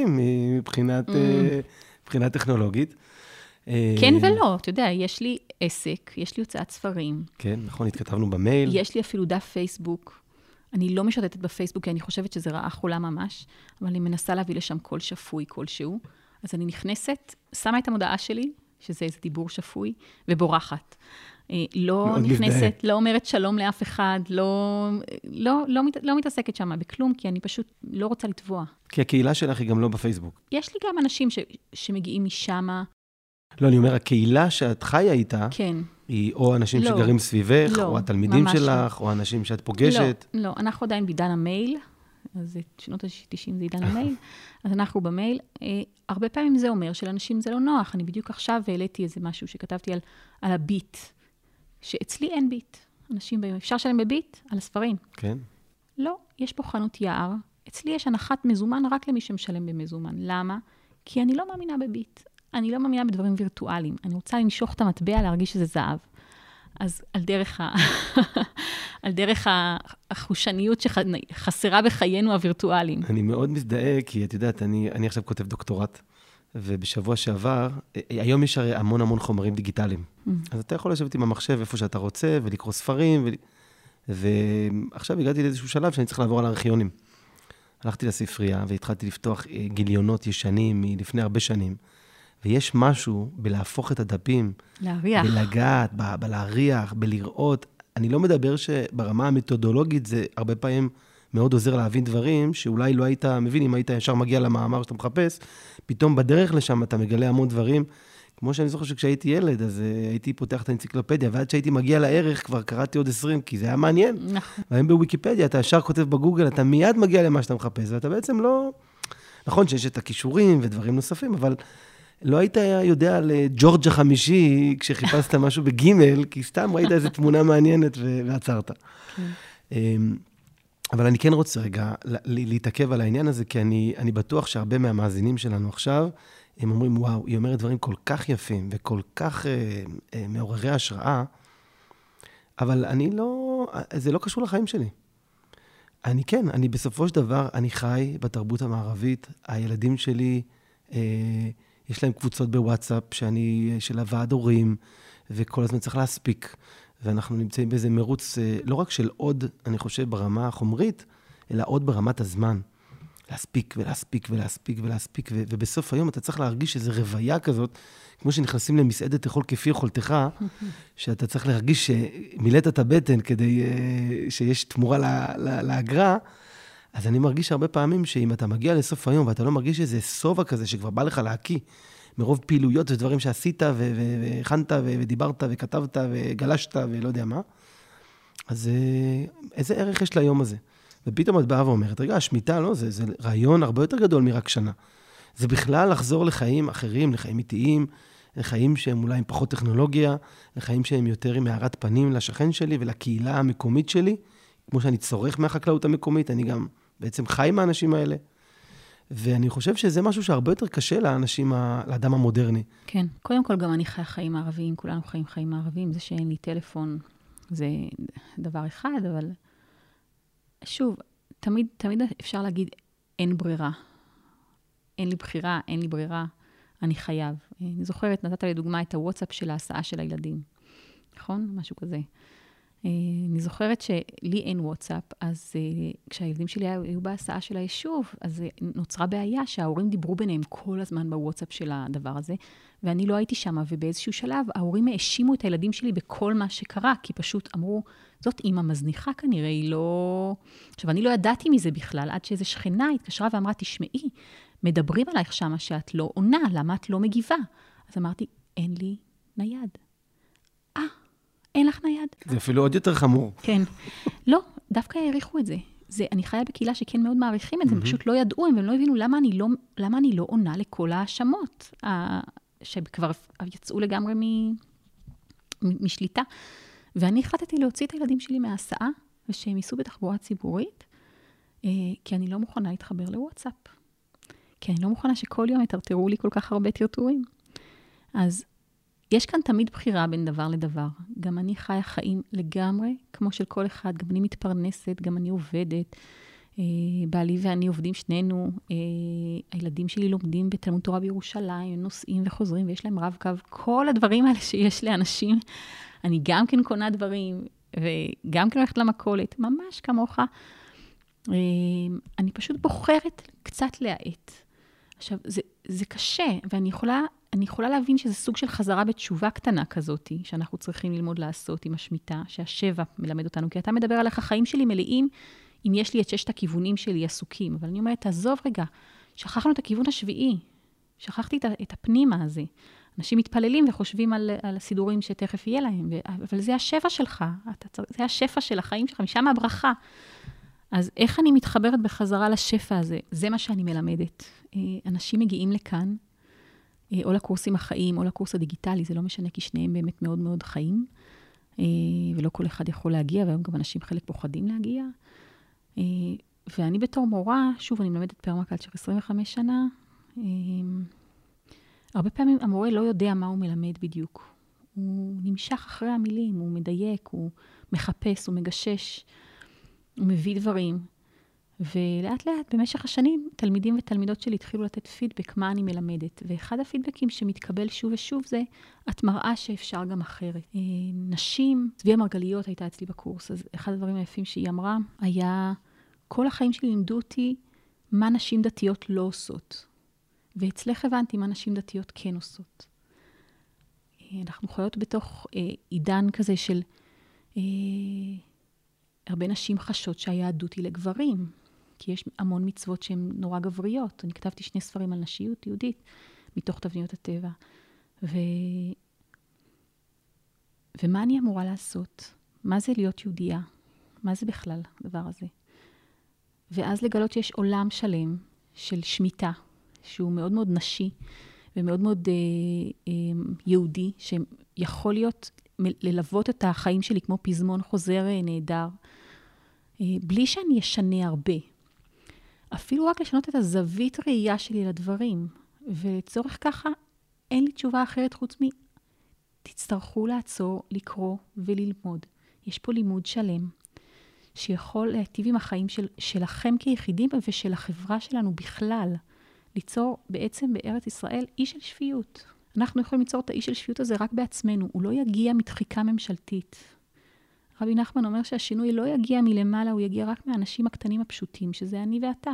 מבחינה טכנולוגית. כן ולא, אתה יודע, יש לי עסק, יש לי הוצאת ספרים. כן, נכון, התכתבנו במייל. יש לי אפילו דף פייסבוק. אני לא משוטטת בפייסבוק, כי אני חושבת שזה רעה חולה ממש, אבל אני מנסה להביא לשם קול שפוי כלשהו. אז אני נכנסת, שמה את המודעה שלי, שזה איזה דיבור שפוי, ובורחת. לא נכנסת, לא אומרת שלום לאף אחד, לא מתעסקת שם בכלום, כי אני פשוט לא רוצה לתבוע. כי הקהילה שלך היא גם לא בפייסבוק. יש לי גם אנשים שמגיעים משם. לא, אני אומר, הקהילה שאת חיה איתה, כן. היא או אנשים שגרים סביבך, או התלמידים שלך, או אנשים שאת פוגשת? לא, אנחנו עדיין בעידן המייל, אז שנות ה-90 זה עידן המייל, אז אנחנו במייל. הרבה פעמים זה אומר שלאנשים זה לא נוח. אני בדיוק עכשיו העליתי איזה משהו שכתבתי על הביט, שאצלי אין ביט. אנשים באים, אפשר לשלם בביט? על הספרים. כן. לא, יש פה חנות יער. אצלי יש הנחת מזומן רק למי שמשלם במזומן. למה? כי אני לא מאמינה בביט. אני לא מאמינה בדברים וירטואליים. אני רוצה לנשוך את המטבע, להרגיש שזה זהב. אז על דרך החושניות שחסרה בחיינו הווירטואליים. אני מאוד מזדהה, כי את יודעת, אני עכשיו כותב דוקטורט, ובשבוע שעבר, היום יש הרי המון חומרים דיגיטליים. אז אתה יכול לשבת עם המחשב איפה שאתה רוצה, ולקרוא ספרים, ועכשיו הגעתי לאיזשהו שלב שאני צריך לעבור על הארכיונים. הלכתי לספרייה, והתחלתי לפתוח גיליונות ישנים מלפני הרבה שנים, ויש משהו בלהפוך את הדפים, להריח. בלגעת, בלהריח, בלראות. אני לא מדבר שברמה המתודולוגית זה הרבה פעמים מאוד עוזר להבין דברים, שאולי לא היית מבין, אם היית ישר מגיע למאמר שאתה מחפש, פתאום בדרך לשם אתה מגלה המון דברים. כמו שאני זוכר שכשהייתי ילד, אז הייתי פותח את האנציקלופדיה, ועד שהייתי מגיע לערך כבר קראתי עוד 20, כי זה היה מעניין. נכון. והיום בוויקיפדיה אתה ישר כותב בגוגל, אתה מיד מגיע למה שאתה מחפש, ואתה בעצם לא... נכון שיש את הכישורים ודברים נוספים, אבל לא היית יודע על ג'ורג' החמישי כשחיפשת משהו בגימל, כי סתם ראית איזו תמונה מעניינת ועצרת. אבל אני כן רוצה רגע להתעכב על העניין הזה, כי אני בטוח שהרבה מהמאזינים שלנו עכשיו, הם אומרים, וואו, היא אומרת דברים כל כך יפים וכל כך מעוררי השראה, אבל זה לא קשור לחיים שלי. אני בסופו של דבר, אני חי בתרבות המערבית, הילדים שלי, יש להם קבוצות בוואטסאפ, של הוועד הורים, וכל הזמן צריך להספיק. ואנחנו נמצאים באיזה מרוץ, לא רק של עוד, אני חושב, ברמה החומרית, אלא עוד ברמת הזמן. להספיק ולהספיק ולהספיק ולהספיק, ובסוף היום אתה צריך להרגיש איזו רוויה כזאת, כמו שנכנסים למסעדת תאכול כפי יכולתך, שאתה צריך להרגיש שמילאת את הבטן כדי שיש תמורה לאגרה, אז אני מרגיש הרבה פעמים שאם אתה מגיע לסוף היום, ואתה לא מרגיש איזה סובה כזה שכבר בא לך להקיא, מרוב פעילויות ודברים שעשית, והכנת ודיברת וכתבת וגלשת ולא יודע מה, אז איזה ערך יש ליום הזה? ופתאום את באה ואומרת, רגע, השמיטה, לא, זה רעיון הרבה יותר גדול מרק שנה. זה בכלל לחזור לחיים אחרים, לחיים איטיים, לחיים שהם אולי עם פחות טכנולוגיה, לחיים שהם יותר עם הערת פנים לשכן שלי ולקהילה המקומית שלי, כמו שאני צורך מהחקלאות המקומית, אני גם בעצם חי עם האנשים האלה. ואני חושב שזה משהו שהרבה יותר קשה לאדם המודרני. כן, קודם כל גם אני חי חיים ערביים, כולנו חיים חיים ערביים, זה שאין לי טלפון, זה דבר אחד, אבל שוב, תמיד אפשר להגיד, אין ברירה. אין לי בחירה, אין לי ברירה, אני חייב. אני זוכרת, נתת לדוגמה את הוואטסאפ של ההסעה של הילדים. נכון? משהו כזה. אני זוכרת שלי אין וואטסאפ, אז כשהילדים שלי היו בהסעה של היישוב, אז נוצרה בעיה שההורים דיברו ביניהם כל הזמן בוואטסאפ של הדבר הזה, ואני לא הייתי שם, ובאיזשהו שלב ההורים האשימו את הילדים שלי בכל מה שקרה, כי פשוט אמרו, זאת אמא מזניחה כנראה, היא לא... עכשיו, אני לא ידעתי מזה בכלל, עד שאיזו שכנה התקשרה ואמרה, תשמעי, מדברים עלייך שמה שאת לא עונה, למה את לא מגיבה? אז אמרתי, אין לי נייד. אין לך נייד. זה אפילו עוד יותר חמור. כן. לא, דווקא העריכו את זה. אני חיה בקהילה שכן מאוד מעריכים את זה, הם פשוט לא ידעו, הם לא הבינו למה אני לא עונה לכל האשמות, שכבר יצאו לגמרי משליטה. ואני החלטתי להוציא את הילדים שלי מההסעה, ושהם ייסעו בתחבורה ציבורית, כי אני לא מוכנה להתחבר לוואטסאפ. כי אני לא מוכנה שכל יום יטרטרו לי כל כך הרבה טרטורים. אז יש כאן תמיד בחירה בין דבר לדבר. גם אני חיה חיים לגמרי, כמו של כל אחד. גם אני מתפרנסת, גם אני עובדת. בעלי ואני עובדים שנינו. הילדים שלי לומדים בתלמוד תורה בירושלים, נוסעים וחוזרים, ויש להם רב קו. כל הדברים האלה שיש לאנשים. אני גם כן קונה דברים, וגם כן הולכת למכולת. ממש כמוך. אני פשוט בוחרת קצת להעט. עכשיו, זה קשה, ואני יכולה להבין שזה סוג של חזרה בתשובה קטנה כזאת, שאנחנו צריכים ללמוד לעשות עם השמיטה, שהשבע מלמד אותנו, כי אתה מדבר על איך החיים שלי מלאים, אם יש לי את 6 הכיוונים שלי עסוקים, אבל אני אומרת, תעזוב רגע, שכחנו את הכיוון השביעי, שכחתי את הפנימה הזה. אנשים מתפללים וחושבים על הסידורים שתכף יהיה להם, אבל זה השפע שלך, זה השפע של החיים שלך, משם הברכה. אז איך אני מתחברת בחזרה לשפע הזה? זה מה שאני מלמדת. אנשים מגיעים לכאן, או לקורסים החיים, או לקורס הדיגיטלי, זה לא משנה, כי שניהם באמת מאוד מאוד חיים, ולא כל אחד יכול להגיע, והיום גם אנשים חלק פוחדים להגיע. ואני בתור מורה, שוב, אני מלמדת פרמקלצ'ר 25 שנה, הרבה פעמים המורה לא יודע מה הוא מלמד בדיוק. הוא נמשך אחרי המילים, הוא מדייק, הוא מחפש, הוא מגשש, הוא מביא דברים. ולאט לאט, במשך השנים, תלמידים ותלמידות שלי התחילו לתת פידבק מה אני מלמדת. ואחד הפידבקים שמתקבל שוב ושוב זה, את מראה שאפשר גם אחרת. נשים, צביה מרגליות הייתה אצלי בקורס, אז אחד הדברים היפים שהיא אמרה, היה, כל החיים שלי לימדו אותי מה נשים דתיות לא עושות. ואצלך הבנתי מה נשים דתיות כן עושות. אנחנו חיות בתוך עידן כזה של הרבה נשים חשות שהיהדות היא לגברים, כי יש המון מצוות שהן נורא גבריות. אני כתבתי 2 ספרים על נשיות יהודית, מתוך תבניות הטבע. ומה אני אמורה לעשות? מה זה להיות יהודייה? מה זה בכלל הדבר הזה? ואז לגלות שיש עולם שלם של שמיטה, שהוא מאוד מאוד נשי, ומאוד מאוד יהודי, שיכול להיות, ללוות את החיים שלי כמו פזמון חוזר נהדר, בלי שאני אשנה הרבה. אפילו רק לשנות את הזווית ראייה שלי לדברים. ולצורך ככה, אין לי תשובה אחרת חוץ תצטרכו לעצור, לקרוא וללמוד. יש פה לימוד שלם, שיכול להיטיב עם החיים שלכם כיחידים, ושל החברה שלנו בכלל. ליצור בעצם בארץ ישראל אי של שפיות. אנחנו יכולים ליצור את האי של שפיות הזה רק בעצמנו. הוא לא יגיע מדחיקה ממשלתית. רבי נחמן אומר שהשינוי לא יגיע מלמעלה, הוא יגיע רק מהאנשים הקטנים הפשוטים, שזה אני ואתה.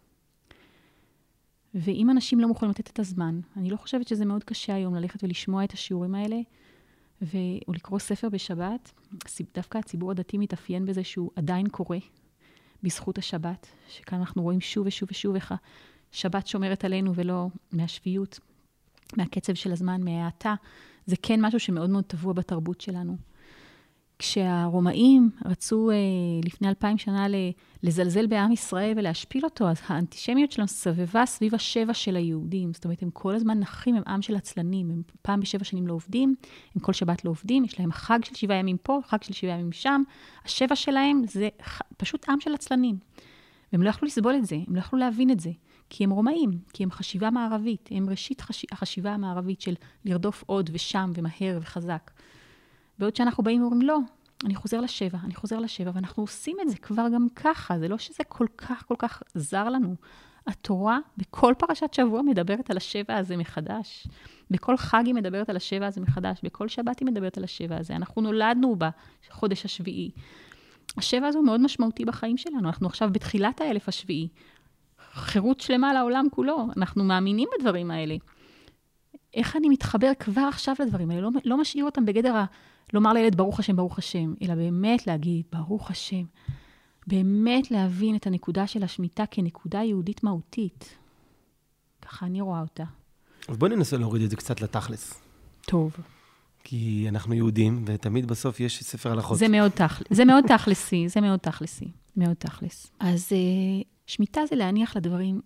ואם אנשים לא מוכנים לתת את הזמן, אני לא חושבת שזה מאוד קשה היום ללכת ולשמוע את השיעורים האלה, או לקרוא ספר בשבת. דווקא הציבור הדתי מתאפיין בזה שהוא עדיין קורא בזכות השבת, שכאן אנחנו רואים שוב ושוב ושוב איך שבת שומרת עלינו ולא מהשפיות, מהקצב של הזמן, מההאטה. זה כן משהו שמאוד מאוד טבוע בתרבות שלנו. כשהרומאים רצו לפני 2000 שנה לזלזל בעם ישראל ולהשפיל אותו, אז האנטישמיות שלנו סבבה סביב השבע של היהודים. זאת אומרת, הם כל הזמן נחים, הם עם של עצלנים. הם פעם ב7 שנים לא עובדים, הם כל שבת לא עובדים, יש להם חג של 7 ימים פה, חג של 7 ימים שם. השבע שלהם זה פשוט עם של עצלנים. והם לא יכלו לסבול את זה, הם לא יכלו להבין את זה. כי הם רומאים, כי הם חשיבה מערבית. הם ראשית החשיבה המערבית של לרדוף עוד ושם ומהר וחזק. בעוד שאנחנו באים ואומרים, לא, אני חוזר לשבע, ואנחנו עושים את זה כבר גם ככה. זה לא שזה כל כך זר לנו. התורה בכל פרשת שבוע מדברת על השבע הזה מחדש. בכל חג היא מדברת על השבע הזה מחדש. בכל שבת היא מדברת על השבע הזה. אנחנו נולדנו בחודש השביעי. השבע הזה הוא מאוד משמעותי בחיים שלנו. אנחנו עכשיו בתחילת האלף השביעי. חירות שלמה לעולם כולו. אנחנו מאמינים בדברים האלה. איך אני מתחבר כבר עכשיו לדברים האלה? לא משאיר אותם בגדר לומר לילד ברוך השם, אלא באמת להגיד ברוך השם. באמת להבין את הנקודה של השמיטה כנקודה יהודית מהותית. ככה אני רואה אותה. אז בוא ננסה להוריד את זה קצת לתכלס. טוב. כי אנחנו יהודים, ותמיד בסוף יש ספר הלכות. זה מאוד תכלסי. מאוד תכלס. אז שמיטה זה להניח לדברים.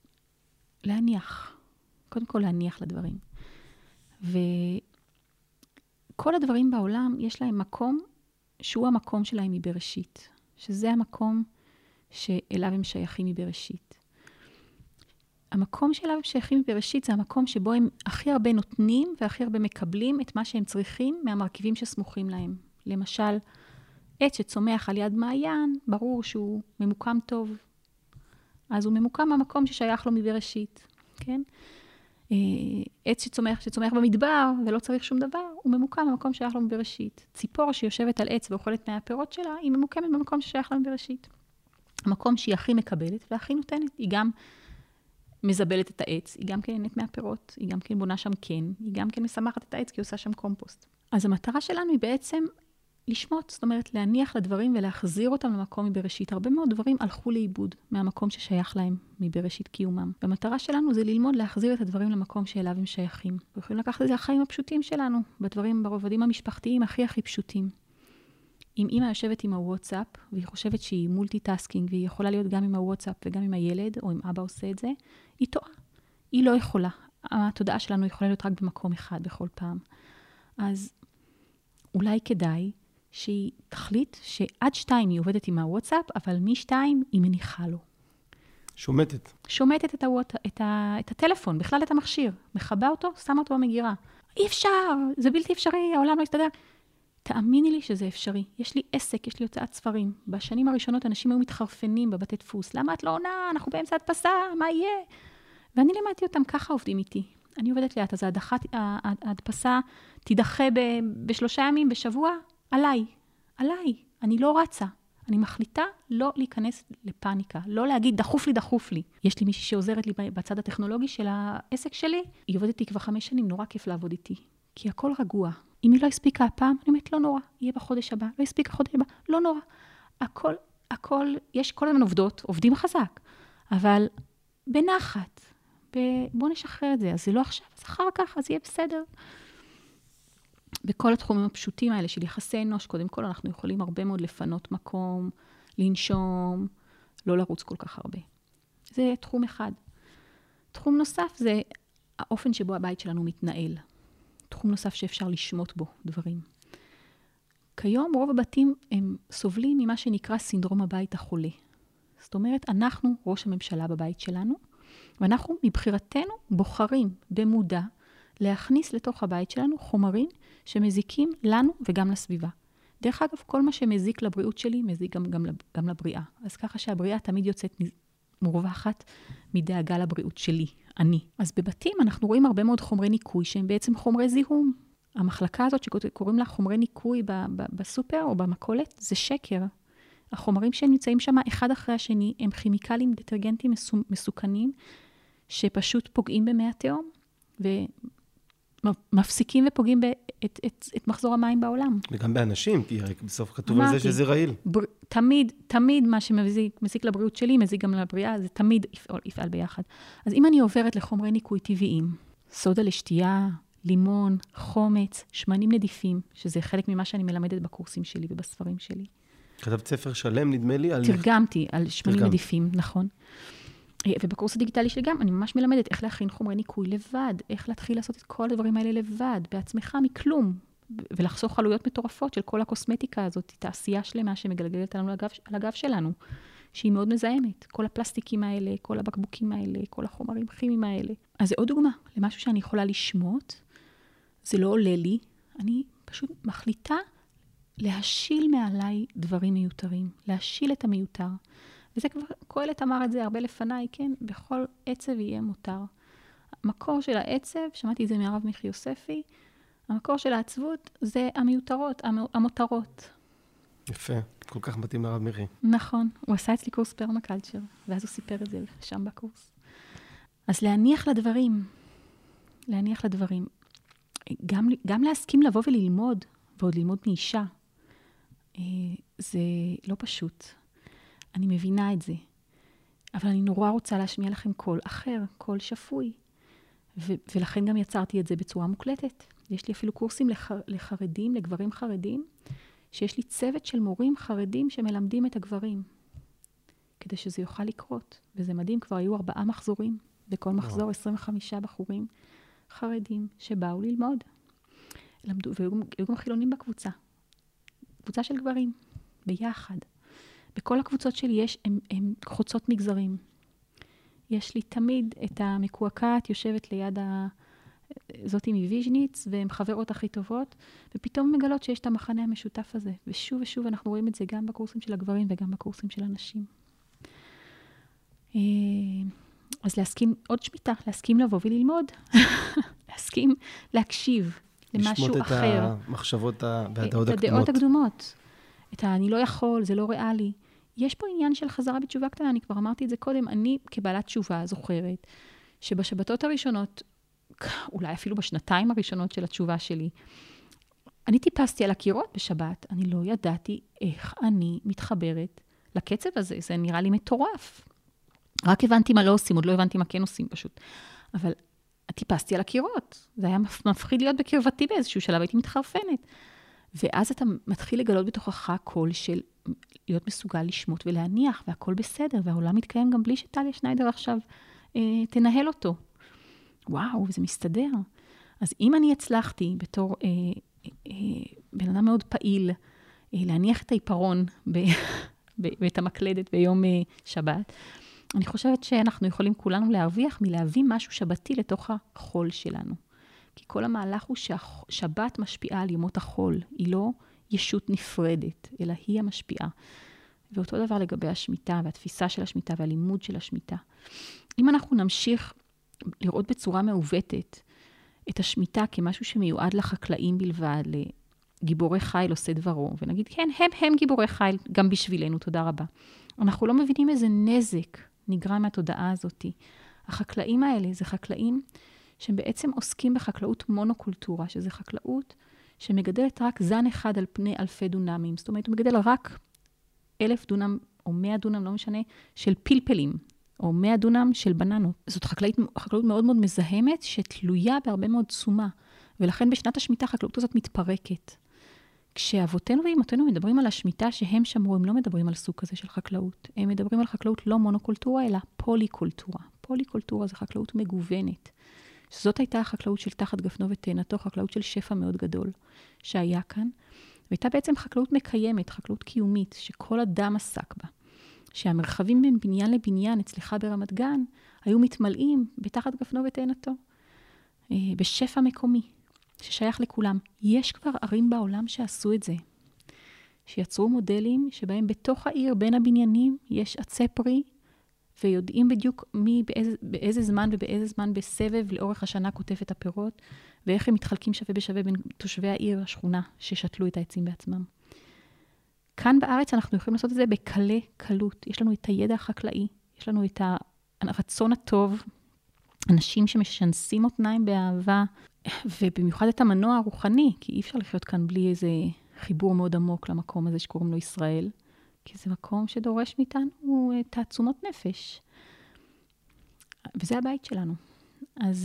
קודם כל להניח לדברים. וכל הדברים בעולם יש להם מקום שהוא המקום שלהם מבראשית. שזה המקום שאליו הם שייכים מבראשית. המקום שאליו הם שייכים מבראשית זה המקום שבו הם הכי הרבה נותנים והכי הרבה מקבלים את מה שהם צריכים מהמרכיבים שסמוכים להם. למשל, עץ שצומח על יד מעיין, ברור שהוא ממוקם טוב. אז הוא ממוקם במקום ששייך לו מבראשית. כן? עץ שצומח במדבר ולא צריך שום דבר, הוא ממוקם במקום ששייך לו מבראשית. ציפור שיושבת על עץ ואוכלת מהפירות שלה, היא ממוקמת במקום ששייך לה מבראשית. המקום שהיא הכי מקבלת והכי נותנת, היא גם מזבלת את העץ, היא גם כן נהנית מהפירות, היא גם כן בונה שם קן, היא גם כן משמחת את העץ כי היא עושה שם קומפוסט. אז המטרה שלנו היא בעצם לשמוט, זאת אומרת, להניח לדברים ולהחזיר אותם למקום מבראשית. הרבה מאוד דברים הלכו לאיבוד מהמקום ששייך להם מבראשית קיומם. והמטרה שלנו זה ללמוד להחזיר את הדברים למקום שאליו הם שייכים. ויכולים לקחת את זה לחיים הפשוטים שלנו, בדברים, ברובדים המשפחתיים הכי פשוטים. אם אמא יושבת עם הוואטסאפ, והיא חושבת שהיא מולטי-טסקינג, והיא יכולה להיות גם עם הוואטסאפ וגם עם הילד, או אם אבא עושה את זה, היא טועה. היא לא יכולה. התודעה שלנו יכולה להיות רק במקום אחד בכל פעם. אז אולי כדאי שהיא תחליט שעד 2 היא עובדת עם הוואטסאפ, אבל מ-2 היא מניחה לו. שומטת. שומטת את הטלפון, בכלל את המכשיר. מחבא אותו, שמה אותו במגירה. אי אפשר, זה בלתי אפשרי, העולם לא יסתדר. תאמיני לי שזה אפשרי. יש לי עסק, יש לי הוצאת ספרים. בשנים הראשונות אנשים היו מתחרפנים בבתי דפוס. למה את לא עונה? אנחנו באמצע הדפסה, מה יהיה? ואני לימדתי אותם, ככה עובדים איתי. אני עובדת לאט, אז ההדפסה תידחה ב3 ימים, בשבוע, עליי. אני לא רצה. אני מחליטה לא להיכנס לפאניקה, לא להגיד, דחוף לי. יש לי מישהי שעוזרת לי בצד הטכנולוגי של העסק שלי, היא עובדת איתי כבר 5 שנים, נורא כיף לעבוד איתי. כי הכל רגוע. אם היא לא הספיקה הפעם, אני אומרת, לא נורא, יהיה בחודש הבא, לא הספיקה חודש הבא, לא נורא. הכל, יש כל הזמן עובדים חזק, אבל בנחת, בוא נשחרר את זה, אז זה לא עכשיו, אז אחר כך, אז יהיה בסדר. בכל התחומים הפשוטים האלה של יחסי אנוש, קודם כל אנחנו יכולים הרבה מאוד לפנות מקום, לנשום, לא לרוץ כל כך הרבה. זה תחום אחד. תחום נוסף זה האופן שבו הבית שלנו מתנהל. תחום נוסף שאפשר לשמוט בו דברים. כיום רוב הבתים הם סובלים ממה שנקרא סינדרום הבית החולה. זאת אומרת, אנחנו ראש הממשלה בבית שלנו, ואנחנו מבחירתנו בוחרים במודע להכניס לתוך הבית שלנו חומרים שמזיקים לנו וגם לסביבה. דרך אגב, כל מה שמזיק לבריאות שלי, מזיק גם לבריאה. אז ככה שהבריאה תמיד יוצאת מורווחת מדאגה לבריאות שלי, אני. אז בבתים אנחנו רואים הרבה מאוד חומרי ניקוי, שהם בעצם חומרי זיהום. המחלקה הזאת שקוראים לה חומרי ניקוי בסופר או במכולת, זה שקר. החומרים שנמצאים שם אחד אחרי השני, הם כימיקלים דטרגנטים מסוכנים, שפשוט פוגעים במי התהום, ומפסיקים ופוגעים את מחזור המים בעולם. וגם באנשים, כי בסוף כתוב על זה שזה רעיל. תמיד מה שמזיק לבריאות שלי, מזיק גם לבריאה, זה תמיד יפעל ביחד. אז אם אני עוברת לחומרי ניקוי טבעיים, סודה לשתייה, לימון, חומץ, שמנים נדיפים, שזה חלק ממה שאני מלמדת בקורסים שלי ובספרים שלי. כתבת ספר שלם, נדמה לי, על... תרגמתי על שמנים נדיפים, נכון. ובקורס הדיגיטלי שלי גם, אני ממש מלמדת איך להכין חומרי ניקוי לבד, איך להתחיל לעשות את כל הדברים האלה לבד, בעצמך מכלום, ולחסוך עלויות מטורפות של כל הקוסמטיקה הזאת, תעשייה שלמה שמגלגלת לנו על הגב שלנו, שהיא מאוד מזהמת. כל הפלסטיקים האלה, כל הבקבוקים האלה, כל החומרים כימיים האלה. אז זה עוד דוגמה למשהו שאני יכולה לשמוט, זה לא עולה לי, אני פשוט מחליטה להשיל מעליי דברים מיותרים, להשיל את המיותר. וזה כבר, קהלת אמר את זה הרבה לפניי, כן? בכל עצב יהיה מותר. המקור של העצב, שמעתי את זה מהרב מיכי יוספי, המקור של העצבות זה המיותרות, המותרות. יפה, כל כך מתאים לרב מיכי. נכון, הוא עשה אצלי קורס פרמקלצ'ר, ואז הוא סיפר את זה שם בקורס. אז להניח לדברים, גם להסכים לבוא וללמוד, ועוד ללמוד מאישה, זה לא פשוט. אני מבינה את זה. אבל אני נורא רוצה להשמיע לכם קול אחר, קול שפוי. ולכן גם יצרתי את זה בצורה מוקלטת. יש לי אפילו קורסים לחרדים, לגברים חרדים, שיש לי צוות של מורים חרדים שמלמדים את הגברים, כדי שזה יוכל לקרות. וזה מדהים, כבר היו 4 מחזורים, בכל מחזור 25 בחורים חרדים שבאו ללמוד. למדו, והיו גם חילונים בקבוצה. קבוצה של גברים, ביחד. בכל הקבוצות שלי הן חוצות מגזרים. יש לי תמיד את המקועקעת, יושבת ליד זאתי מוויז'ניץ, והן חברות הכי טובות, ופתאום מגלות שיש את המחנה המשותף הזה. ושוב ושוב אנחנו רואים את זה גם בקורסים של הגברים וגם בקורסים של הנשים. אז להסכים, עוד שמיטה, להסכים לבוא וללמוד. להסכים להקשיב למשהו אחר. לשמות את המחשבות והדעות הקדומות. את הדעות הקדומות. את אני לא יכול, זה לא ריאלי. יש פה עניין של חזרה בתשובה קטנה, אני כבר אמרתי את זה קודם, אני כבעלת תשובה זוכרת, שבשבתות הראשונות, אולי אפילו בשנתיים הראשונות של התשובה שלי, אני טיפסתי על הקירות בשבת, אני לא ידעתי איך אני מתחברת לקצב הזה, זה נראה לי מטורף. רק הבנתי מה לא עושים, עוד לא הבנתי מה כן עושים פשוט. אבל טיפסתי על הקירות, זה היה מפחיד להיות בקרבתי באיזשהו שלב, הייתי מתחרפנת. ואז אתה מתחיל לגלות בתוכך קול של להיות מסוגל לשמות ולהניח, והכל בסדר, והעולם מתקיים גם בלי שטליה שניידר עכשיו תנהל אותו. וואו, זה מסתדר. אז אם אני הצלחתי בתור בן אדם מאוד פעיל, להניח את העיפרון ואת המקלדת ביום שבת, אני חושבת שאנחנו יכולים כולנו להרוויח מלהביא משהו שבתי לתוך החול שלנו. כי כל המהלך הוא שהשבת משפיעה על ימות החול. היא לא ישות נפרדת, אלא היא המשפיעה. ואותו דבר לגבי השמיטה, והתפיסה של השמיטה, והלימוד של השמיטה. אם אנחנו נמשיך לראות בצורה מעוותת את השמיטה כמשהו שמיועד לחקלאים בלבד, לגיבורי חיל עושה דברו, ונגיד, כן, הם גיבורי חיל, גם בשבילנו, תודה רבה. אנחנו לא מבינים איזה נזק נגרם מהתודעה הזאת. החקלאים האלה זה חקלאים שהם בעצם עוסקים בחקלאות מונוקולטורה, שזה חקלאות שמגדלת רק זן אחד על פני אלפי דונמים. זאת אומרת, הוא מגדל רק 1,000 דונם או 100 דונם, לא משנה, של פלפלים, או 100 דונם של בננות. זאת חקלאות מאוד מאוד מזהמת, שתלויה בהרבה מאוד תשומה. ולכן בשנת השמיטה החקלאות הזאת מתפרקת. כשאבותינו ואמותינו מדברים על השמיטה שהם שמרו, הם לא מדברים על סוג כזה של חקלאות. הם מדברים על חקלאות לא מונוקולטורה, אלא פוליקולטורה. פוליקולטורה זה חקלאות מגוונת. שזאת הייתה החקלאות של תחת גפנו ותאנתו, חקלאות של שפע מאוד גדול שהיה כאן. והייתה בעצם חקלאות מקיימת, חקלאות קיומית, שכל אדם עסק בה. שהמרחבים בין בניין לבניין אצלך ברמת גן, היו מתמלאים בתחת גפנו ותאנתו. בשפע מקומי, ששייך לכולם. יש כבר ערים בעולם שעשו את זה. שיצרו מודלים שבהם בתוך העיר, בין הבניינים, יש עצי פרי, ויודעים בדיוק באיזה זמן ובאיזה זמן בסבב לאורך השנה כותב את הפירות, ואיך הם מתחלקים שווה בשווה בין תושבי העיר, השכונה, ששתלו את העצים בעצמם. כאן בארץ אנחנו יכולים לעשות את זה בקלה קלות. יש לנו את הידע החקלאי, יש לנו את הרצון הטוב, אנשים שמשנסים אותניים באהבה, ובמיוחד את המנוע הרוחני, כי אי אפשר לחיות כאן בלי איזה חיבור מאוד עמוק למקום הזה שקוראים לו ישראל, כי זה מקום שדורש מאיתנו תעצומות נפש. וזה הבית שלנו. אז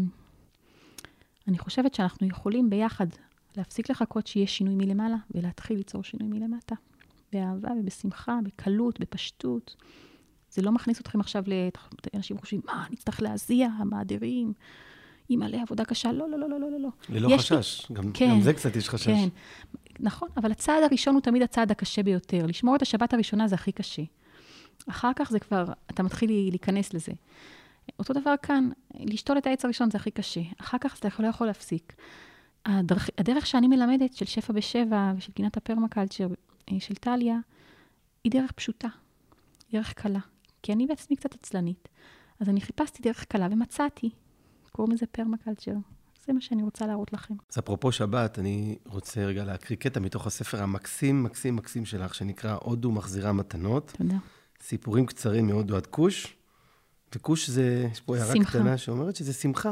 אני חושבת שאנחנו יכולים ביחד להפסיק לחכות שיהיה שינוי מלמעלה, ולהתחיל ליצור שינוי מלמטה. באהבה ובשמחה, בקלות, בפשטות. זה לא מכניס אתכם עכשיו לאנשים חושבים, אני צריך להזיע, המאדירים, היא מלא עבודה קשה. לא, לא, לא, לא, לא, לא. ללא חשש. גם זה קצת יש חשש. כן, נכון, אבל הצעד הראשון הוא תמיד הצעד הקשה ביותר. לשמור את השבת הראשונה זה הכי קשה. אחר כך זה כבר, אתה מתחיל להיכנס לזה. אותו דבר כאן, לשתול את העץ הראשון זה הכי קשה. אחר כך אתה לא יכול להפסיק. הדרך שאני מלמדת של שפע בשבע ושל גינת הפרמקלצ'ר של טליה, היא דרך פשוטה, דרך קלה. כי אני בעצמי קצת עצלנית. אז אני חיפשתי דרך קלה ומצאתי. קוראים לזה פרמקלצ'ר. זה מה שאני רוצה להראות לכם. אז אפרופו שבת, אני רוצה רגע להקריא קטע מתוך הספר המקסים, מקסים, מקסים שלך, שנקרא הודו מחזירה מתנות. תודה. סיפורים קצרים מהודו עד כוש. וכוש זה, יש פה הערה קטנה שאומרת שזה שמחה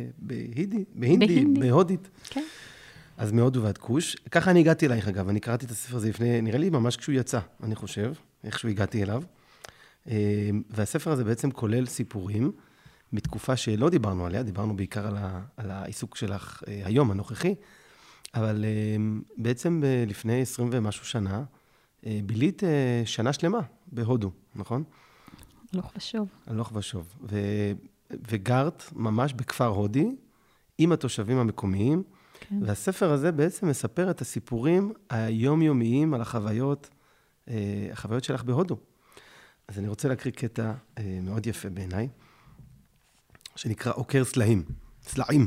בהינדי, בהודית. כן. אז מהודו ועד כוש. ככה אני הגעתי אלייך, אגב. אני קראתי את הספר הזה לפני, נראה לי ממש כשהוא יצא, אני חושב, איכשהו הגעתי אליו. והספר הזה בעצם כולל סיפורים מתקופה שלא דיברנו עליה, דיברנו בעיקר על העיסוק שלך היום, הנוכחי, אבל בעצם לפני 20 ומשהו שנה, בילית שנה שלמה בהודו, נכון? הלוך ושוב. הלוך ושוב. וגרת ממש בכפר הודי, עם התושבים המקומיים, כן. והספר הזה בעצם מספר את הסיפורים היומיומיים על החוויות שלך בהודו. אז אני רוצה להקריא קטע מאוד יפה בעיניי, שנקרא עוקר סלעים.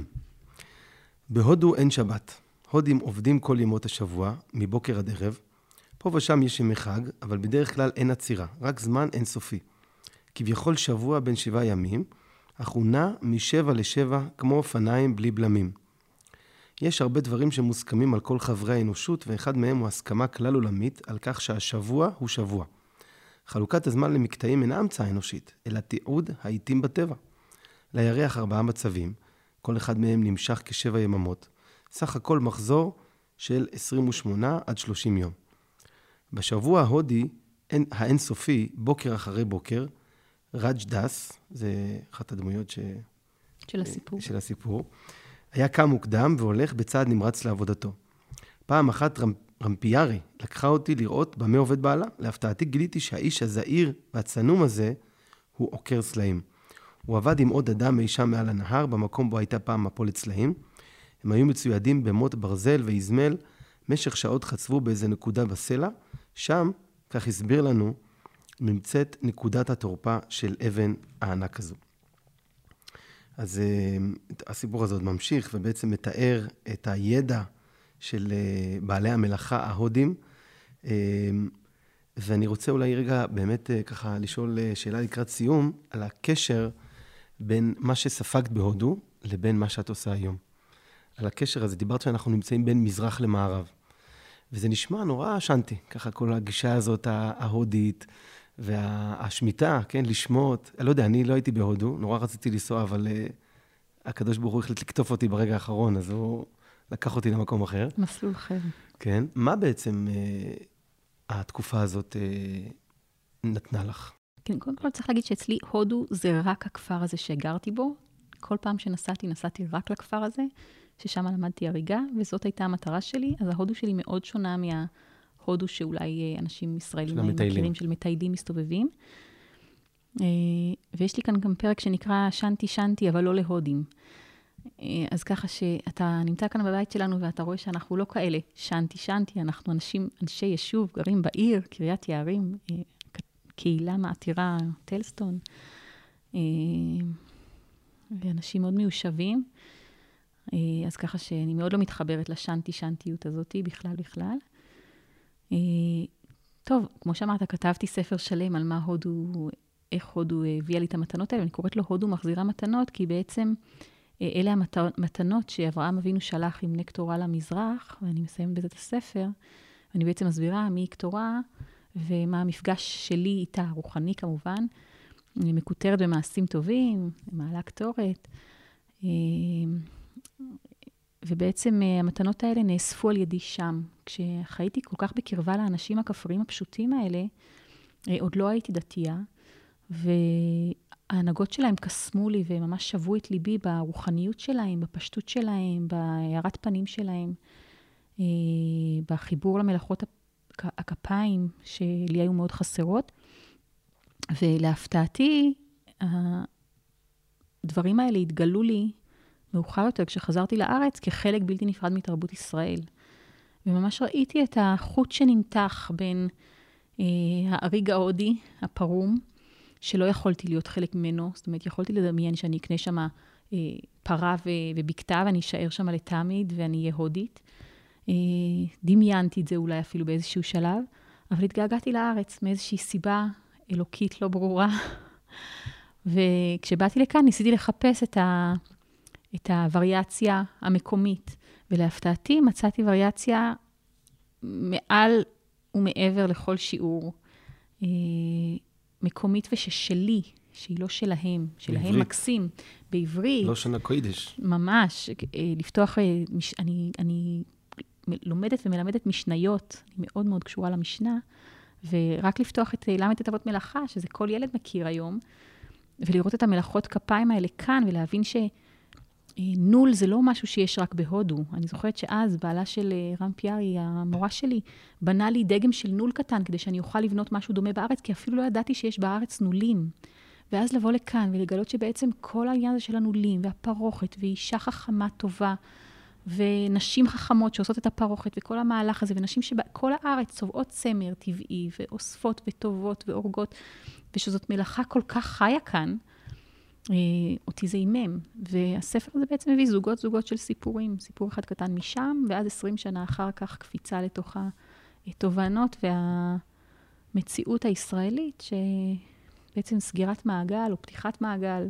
בהודו אין שבת. הודים עובדים כל ימות השבוע, מבוקר עד ערב. פה ושם יש ימי חג, אבל בדרך כלל אין עצירה, רק זמן אינסופי. כביכול שבוע בין 7 ימים, אך הוא נע מ7 ל7 כמו אופניים בלי בלמים. יש הרבה דברים שמוסכמים על כל חברי האנושות, ואחד מהם הוא הסכמה כלל עולמית על כך שהשבוע הוא שבוע. חלוקת הזמן למקטעים אינה המצאה אנושית, אלא תיעוד העיתים בטבע. לירח 4 מצבים, כל אחד מהם נמשך כ7 יממות. סך הכל מחזור של 28 עד 30 יום. בשבוע ההודי, האינסופי, בוקר אחרי בוקר, רג' דס, זה אחת הדמויות של הסיפור, היה קם מוקדם והולך בצעד נמרץ לעבודתו. פעם אחת רמפיארי לקחה אותי לראות במה עובד בעלה. להפתעתי גיליתי שהאיש הזעיר והצנום הזה הוא עוקר סלעים. הוא עבד עם עוד אדם מאישה מעל הנהר, במקום בו הייתה פעם מפולת סלעים. הם היו מצוידים במוט ברזל ואזמל, משך שעות חצבו באיזה נקודה בסלע. שם, כך הסביר לנו, נמצאת נקודת התורפה של אבן הענק הזו. אז הסיפור הזה עוד ממשיך, ובעצם מתאר את הידע של בעלי המלאכה ההודים. ואני רוצה אולי רגע באמת ככה לשאול שאלה לקראת סיום, על הקשר בין מה שספגת בהודו לבין מה שאת עושה היום. על הקשר הזה, דיברת שאנחנו נמצאים בין מזרח למערב. וזה נשמע נורא שנתי, ככה כל הגישה הזאת ההודית, והשמיטה, כן, לשמות. לא יודע, אני לא הייתי בהודו, נורא רציתי לנסוע, אבל הקדוש ברוך הוא החליט לקטוף אותי ברגע האחרון, אז הוא לקח אותי למקום אחר. מסלול אחר. כן. מה בעצם התקופה הזאת נתנה לך? כן, קודם כל צריך להגיד שאצלי הודו זה רק הכפר הזה שגרתי בו. כל פעם שנסעתי רק לכפר הזה, ששם למדתי הריגה, וזאת הייתה המטרה שלי. אז ההודו שלי מאוד שונה מההודו שאולי אנשים ישראלים מכירים, של מטיילים מסתובבים. ויש לי כאן גם פרק שנקרא שנתי שנתי, אבל לא להודים. אז ככה שאתה נמצא כאן בבית שלנו, ואתה רואה שאנחנו לא כאלה שנתי שנתי, אנחנו אנשי יישוב, גרים בעיר, קריית יערים, קהילה מעתירה, טלסטון, ואנשים מאוד מיושבים. אז ככה שאני מאוד לא מתחברת לשנתי שנתיות הזאת, בכלל. טוב, כמו שאמרת, כתבתי ספר שלם על מה הודו, איך הודו הביאה לי את המתנות האלה, ואני קוראת לו הודו מחזירה מתנות, כי בעצם אלה המתנות שאברהם אבינו שלח עם נקטורה למזרח, ואני מסיימת בזה את הספר, ואני בעצם מסבירה מי היא קטורה, ומה המפגש שלי איתה, רוחני כמובן, מקוטרת במעשים טובים, מעלה קטורת, ובעצם המתנות האלה נאספו על ידי שם. כשחייתי כל כך בקרבה לאנשים הכפריים הפשוטים האלה, עוד לא הייתי דתייה, וההנהגות שלהם קסמו לי וממש שבו את ליבי ברוחניות שלהם, בפשטות שלהם, בהארת פנים שלהם, בחיבור למלאכות הכפיים שלי היו מאוד חסרות. ולהפתעתי, הדברים האלה התגלו לי מאוחר יותר כשחזרתי לארץ כחלק בלתי נפרד מתרבות ישראל. וממש ראיתי את החוט שנמתח בין האריג ההודי, הפרום, שלא יכולתי להיות חלק ממנו. זאת אומרת, יכולתי לדמיין שאני אקנה שם פרה ובקתה, ואני אשאר שם לתמיד, ואני אהיה הודית. דמיינתי את זה אולי אפילו באיזשהו שלב, אבל התגעגעתי לארץ מאיזושהי סיבה אלוקית לא ברורה. וכשבאתי לכאן ניסיתי לחפש את הווריאציה המקומית, ולהפתעתי מצאתי וריאציה מעל ומעבר לכל שיעור, מקומית וששלי, שהיא לא שלהם, שלהם בעברית. מקסים, בעברית. לא שנה קוידש. ממש, לפתוח, אני לומדת ומלמדת משניות, אני מאוד מאוד קשורה למשנה, ורק לפתוח את למדת אבות מלאכה, שזה כל ילד מכיר היום, ולראות את המלאכות כפיים האלה כאן, ולהבין שנול זה לא משהו שיש רק בהודו. אני זוכרת שאז בעלה של רמפיארי, המורה שלי, בנה לי דגם של נול קטן, כדי שאני אוכל לבנות משהו דומה בארץ, כי אפילו לא ידעתי שיש בארץ נולים. ואז לבוא לכאן ולגלות שבעצם כל העניין הזה של הנולים, והפרוכת, ואישה חכמה טובה, ונשים חכמות שעושות את הפרוכת, וכל המהלך הזה, ונשים שבכל הארץ צובעות צמר טבעי, ואוספות וטובות ואורגות, ושזאת מלאכה כל כך חיה כאן, אותי זה אימם. והספר הזה בעצם מביא זוגות של סיפורים. סיפור אחד קטן משם, ואז 20 שנה אחר כך קפיצה לתוך התובנות והמציאות הישראלית, שבעצם סגירת מעגל או פתיחת מעגל,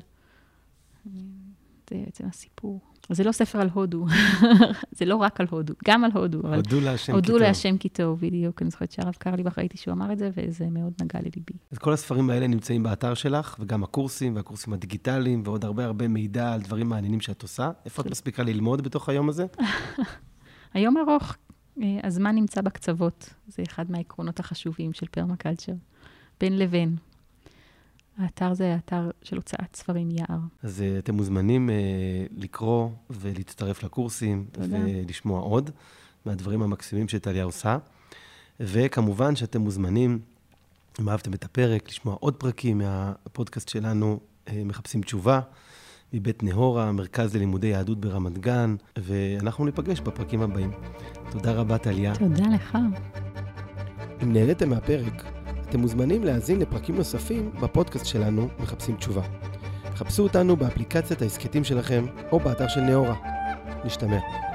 זה בעצם הסיפור. זה לא ספר על הודו, זה לא רק על הודו, גם על הודו. הודו להשם כי טוב. הודו להשם כי טוב, בדיוק. אני זוכרת שהרב קרליבך ראיתי שהוא אמר את זה, וזה מאוד נגע לליבי. אז כל הספרים האלה נמצאים באתר שלך, וגם הקורסים והקורסים הדיגיטליים, ועוד הרבה מידע על דברים מעניינים שאת עושה. איפה את מספיקה ללמוד בתוך היום הזה? היום ארוך, הזמן נמצא בקצוות, זה אחד מהעקרונות החשובים של פרמקלצ'ר, בין לבין. האתר זה האתר של הוצאת ספרים יער. אז אתם מוזמנים לקרוא ולהצטרף לקורסים, תודה. ולשמוע עוד מהדברים המקסימים שטליה עושה. וכמובן שאתם מוזמנים, אם אהבתם את הפרק, לשמוע עוד פרקים מהפודקאסט שלנו, מחפשים תשובה, מבית נהורה, מרכז ללימודי יהדות ברמת גן, ואנחנו ניפגש בפרקים הבאים. תודה רבה, טליה. תודה לך. אם נהניתם מהפרק, אתם מוזמנים להאזין לפרקים נוספים בפודקאסט שלנו, מחפשים תשובה. חפשו אותנו באפליקציית העסקתים שלכם, או באתר של נהורה. נשתמע.